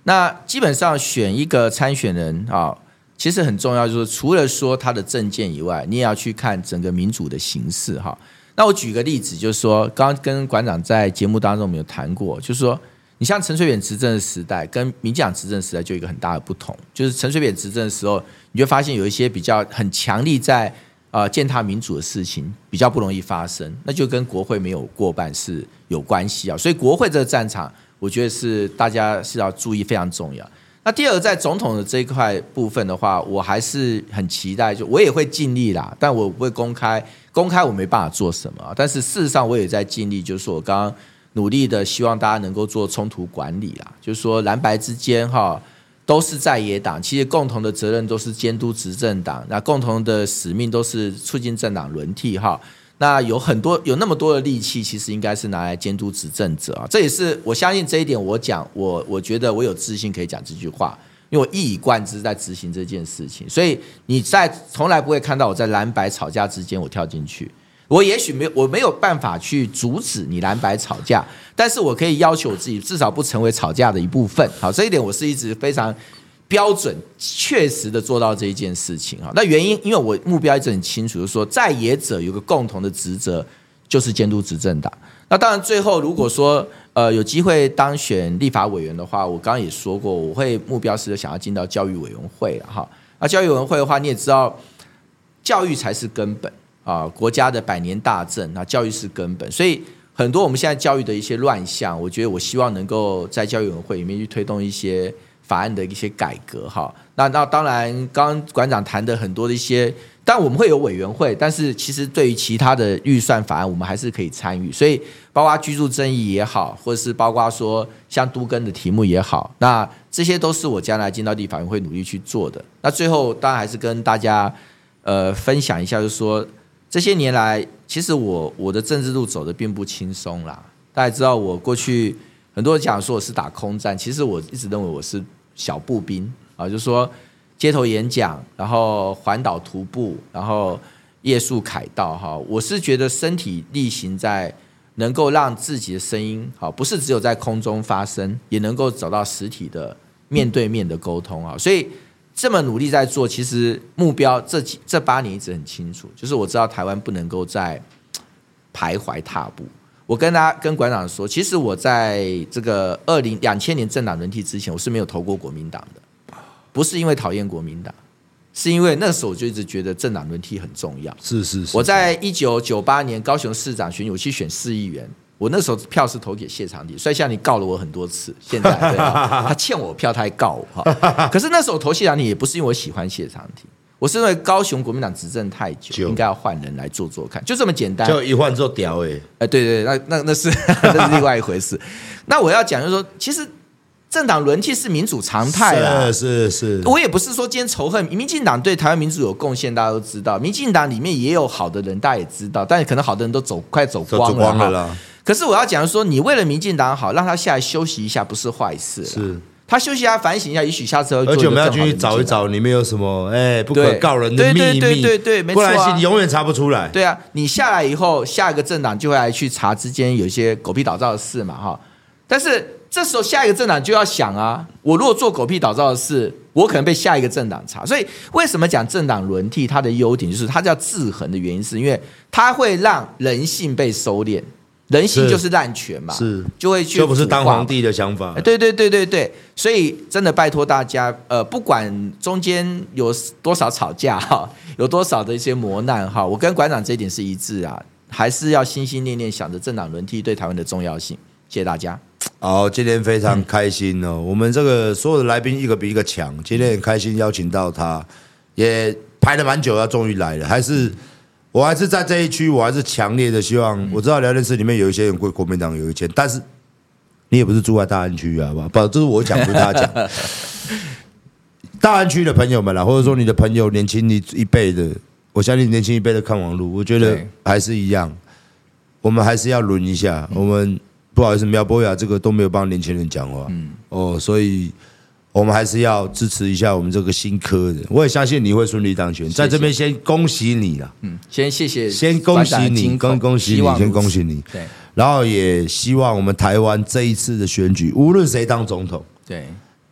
Speaker 2: 那基本上选一个参选人啊，其实很重要，就是除了说他的政见以外，你也要去看整个民主的形势哈。那我举个例子，就是说，刚刚跟馆长在节目当中我们有谈过，就是说，你像陈水扁执政的时代跟民进党执政的时代就有一个很大的不同，就是陈水扁执政的时候，你就发现有一些比较很强力在呃践踏民主的事情比较不容易发生，那就跟国会没有过半是有关系啊。所以国会这个战场，我觉得是大家是要注意，非常重要。那第二个，在总统的这一块部分的话，我还是很期待，就我也会尽力啦，但我不会公开，公开我没办法做什么，但是事实上我也在尽力，就是说我刚刚努力的希望大家能够做冲突管理啦，就是说蓝白之间哈都是在野党，其实共同的责任都是监督执政党，那共同的使命都是促进政党轮替哈。那有很多有那么多的力气，其实应该是拿来监督执政者啊。这也是我相信这一点，我讲我我觉得我有自信可以讲这句话，因为我一以贯之在执行这件事情。所以你在从来不会看到我在蓝白吵架之间我跳进去。我也许没有我没有办法去阻止你蓝白吵架，但是我可以要求我自己至少不成为吵架的一部分。好，这一点我是一直非常标准确实的做到这一件事情。那原因因为我目标一直很清楚，就是说在野者有个共同的职责，就是监督执政党。那当然最后如果说呃有机会当选立法委员的话，我刚刚也说过，我会目标是想要进到教育委员会了哈。那教育委员会的话，你也知道，教育才是根本啊，国家的百年大政，那教育是根本，所以很多我们现在教育的一些乱象，我觉得我希望能够在教育委员会里面去推动一些法案的一些改革哈。那那当然，刚刚馆长谈的很多的一些，当然我们会有委员会，但是其实对于其他的预算法案，我们还是可以参与。所以包括居住争议也好，或者是包括说像都更的题目也好，那这些都是我将来进到立法院会努力去做的。那最后当然还是跟大家呃分享一下，就是说这些年来，其实我我的政治路走的并不轻松啦。大家知道我过去很多人讲说我是打空战，其实我一直认为我是小步兵啊，就是说街头演讲，然后环岛徒步，然后夜宿凯道哈。我是觉得身体力行在能够让自己的声音好，不是只有在空中发声，也能够找到实体的面对面的沟通啊。所以这么努力在做，其实目标这几这八年一直很清楚，就是我知道台湾不能够再徘徊踏步。我跟大家跟馆长说，其实我在这个二零两千年政党轮替之前，我是没有投过国民党的，不是因为讨厌国民党，是因为那时候我就一直觉得政党轮替很重要。
Speaker 3: 是是是。
Speaker 2: 我在一九九八年高雄市长选举，我去选市议员，我那时候票是投给谢长廷，帅校你告了我很多次，现在对、啊、他欠我票，他还告我哈。可是那时候投谢长廷也不是因为我喜欢谢长廷。我是认为高雄国民党执政太久，应该要换人来做做看，就这么简单。
Speaker 3: 就一换做屌哎、欸，
Speaker 2: 呃，对对，那那那是那是另外一回事。那我要讲就是说，其实政党轮替是民主常态啦，
Speaker 3: 是是是。
Speaker 2: 我也不是说今天仇恨民进党对台湾民主有贡献，大家都知道，民进党里面也有好的人，大家也知道，但是可能好的人都走快走光了，走光了啦。可是我要讲说，你为了民进党好，让他下来休息一下，不是坏事。是。他休息一下，反省一下，也许下次会做一个更好的。而且我们要去找一找里面有什么哎不可告人的秘密， 对对对对，没错、啊，
Speaker 3: 不然你永远查不出来。
Speaker 2: 对啊，你下来以后，下一个政党就会来去查之间有一些狗屁倒灶的事嘛，哈。但是这时候下一个政党就要想啊，我如果做狗屁倒灶的事，我可能被下一个政党查。所以为什么讲政党轮替？它的优点就是它叫制衡的原因，是因为它会让人性被收敛。人性就是滥权嘛，
Speaker 3: 是
Speaker 2: 就会去，
Speaker 3: 就不是当皇帝的想法。
Speaker 2: 对对对对对，所以真的拜托大家，呃，不管中间有多少吵架哈，有多少的一些磨难哈，我跟馆长这一点是一致啊，还是要心心念念想着政党轮替对台湾的重要性。谢谢大家。
Speaker 3: 好，今天非常开心哦，嗯、我们这个所有的来宾一个比一个强，今天很开心邀请到他，也排了蛮久，他终于来了，还是。我还是在这一区，我还是强烈的希望。我知道聊天室里面有一些人归国民党有意见，但是你也不是住在大安区啊，好不好？不，这是我讲，不是他讲。大安区的朋友们啦，或者说你的朋友年轻一一辈的，我相信年轻一辈的看网路，我觉得还是一样，我们还是要轮一下。我们不好意思，苗博雅这个都没有帮年轻人讲话，嗯，哦，所以。我们还是要支持一下我们这个新科的，我也相信你会顺利当选。在这边先恭喜你啦，
Speaker 2: 嗯，先谢谢，
Speaker 3: 先恭喜你，恭恭喜你，先恭喜你。
Speaker 2: 对，
Speaker 3: 然后也希望我们台湾这一次的选举，无论谁当总统，
Speaker 2: 对，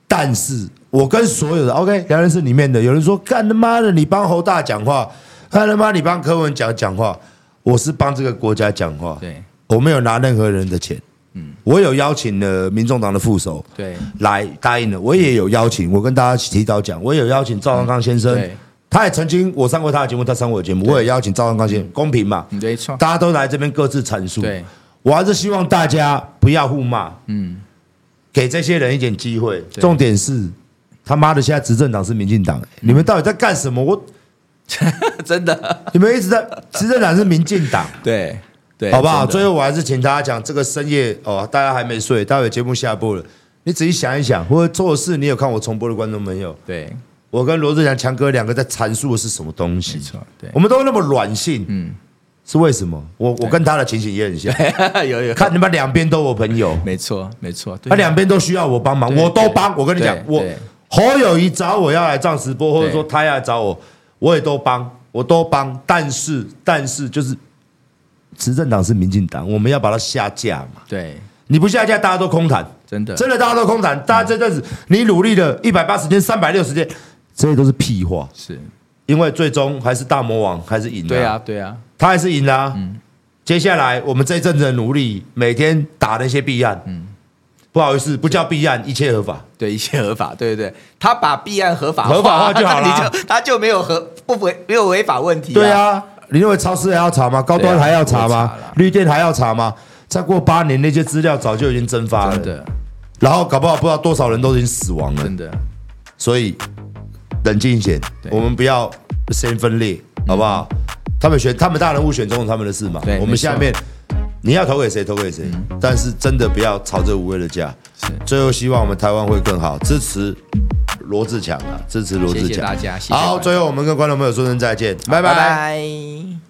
Speaker 3: 但是我跟所有的 OK 聊天室里面的有人说，干他妈的你帮侯大讲话，干他妈你帮柯文讲讲话，我是帮这个国家讲话，
Speaker 2: 对，
Speaker 3: 我没有拿任何人的钱。嗯，我有邀请了民众党的副手，
Speaker 2: 对，
Speaker 3: 来答应了。我也有邀请，我跟大家提早讲，我也有邀请赵少康先生，
Speaker 2: 对，
Speaker 3: 他也曾经我上过他的节目，他上过我的节目，我也邀请赵少康先生，公平嘛，
Speaker 2: 没错，
Speaker 3: 大家都来这边各自阐述。
Speaker 2: 对，
Speaker 3: 我还是希望大家不要互骂，嗯，给这些人一点机会。重点是他妈的，现在执政党是民进党、欸，你们到底在干什么？我
Speaker 2: 真的，
Speaker 3: 你们一直在执政党是民进党，
Speaker 2: 对。对，
Speaker 3: 好不好？最后我还是请大家讲，这个深夜哦，大家还没睡，待会节目下播了，你仔细想一想，或者做事你有看我重播的观众朋友，
Speaker 2: 对，
Speaker 3: 我跟罗志祥强哥两个在阐述的是什么东西？
Speaker 2: 没错，对，
Speaker 3: 我们都那么软性，嗯，是为什么？我我跟他的情形也很像，
Speaker 2: 有有
Speaker 3: 看你们两边都有朋友，
Speaker 2: 没错没错，
Speaker 3: 他两边都需要我帮忙，我都帮。我跟你讲，我侯友宜找我要来上直播，或者说他要来找我，我也都帮，我都帮。但是但是就是。执政党是民进党，我们要把它下架嘛？
Speaker 2: 对，
Speaker 3: 你不下架，大家都空谈，
Speaker 2: 真的，
Speaker 3: 真的大家都空谈。大家这阵子你努力了一百八十天、三百六十天，这些都是屁话。
Speaker 2: 是
Speaker 3: 因为最终还是大魔王还是赢了。
Speaker 2: 对啊，对啊，
Speaker 3: 他还是赢了、啊。嗯，接下来我们这一阵子的努力，每天打那些弊案，嗯，不好意思，不叫弊案，一切合法。
Speaker 2: 对，一切合法，对对对，他把弊案合法化
Speaker 3: 合法化就好了，
Speaker 2: 你就他就没有合不违没有违法问题、啊。
Speaker 3: 对啊。你认为超市还要查吗？高端还要查吗？啊、绿电还要查吗？再过八年，那些资料早就已经蒸发了。
Speaker 2: 真的。
Speaker 3: 然后搞不好不知道多少人都已经死亡了。
Speaker 2: 真的。
Speaker 3: 所以冷静一些，我们不要先分裂，好不好？他们选，他们大人物选总统，他们的事嘛。我们下面你要投给谁投给谁，嗯、但是真的不要吵这无谓的架。是。最后希望我们台湾会更好，支持。罗志强啊，支持罗志强，
Speaker 2: 谢谢大家，谢谢。
Speaker 3: 好，最后我们跟观众朋友说声再见，拜拜。
Speaker 2: 拜拜。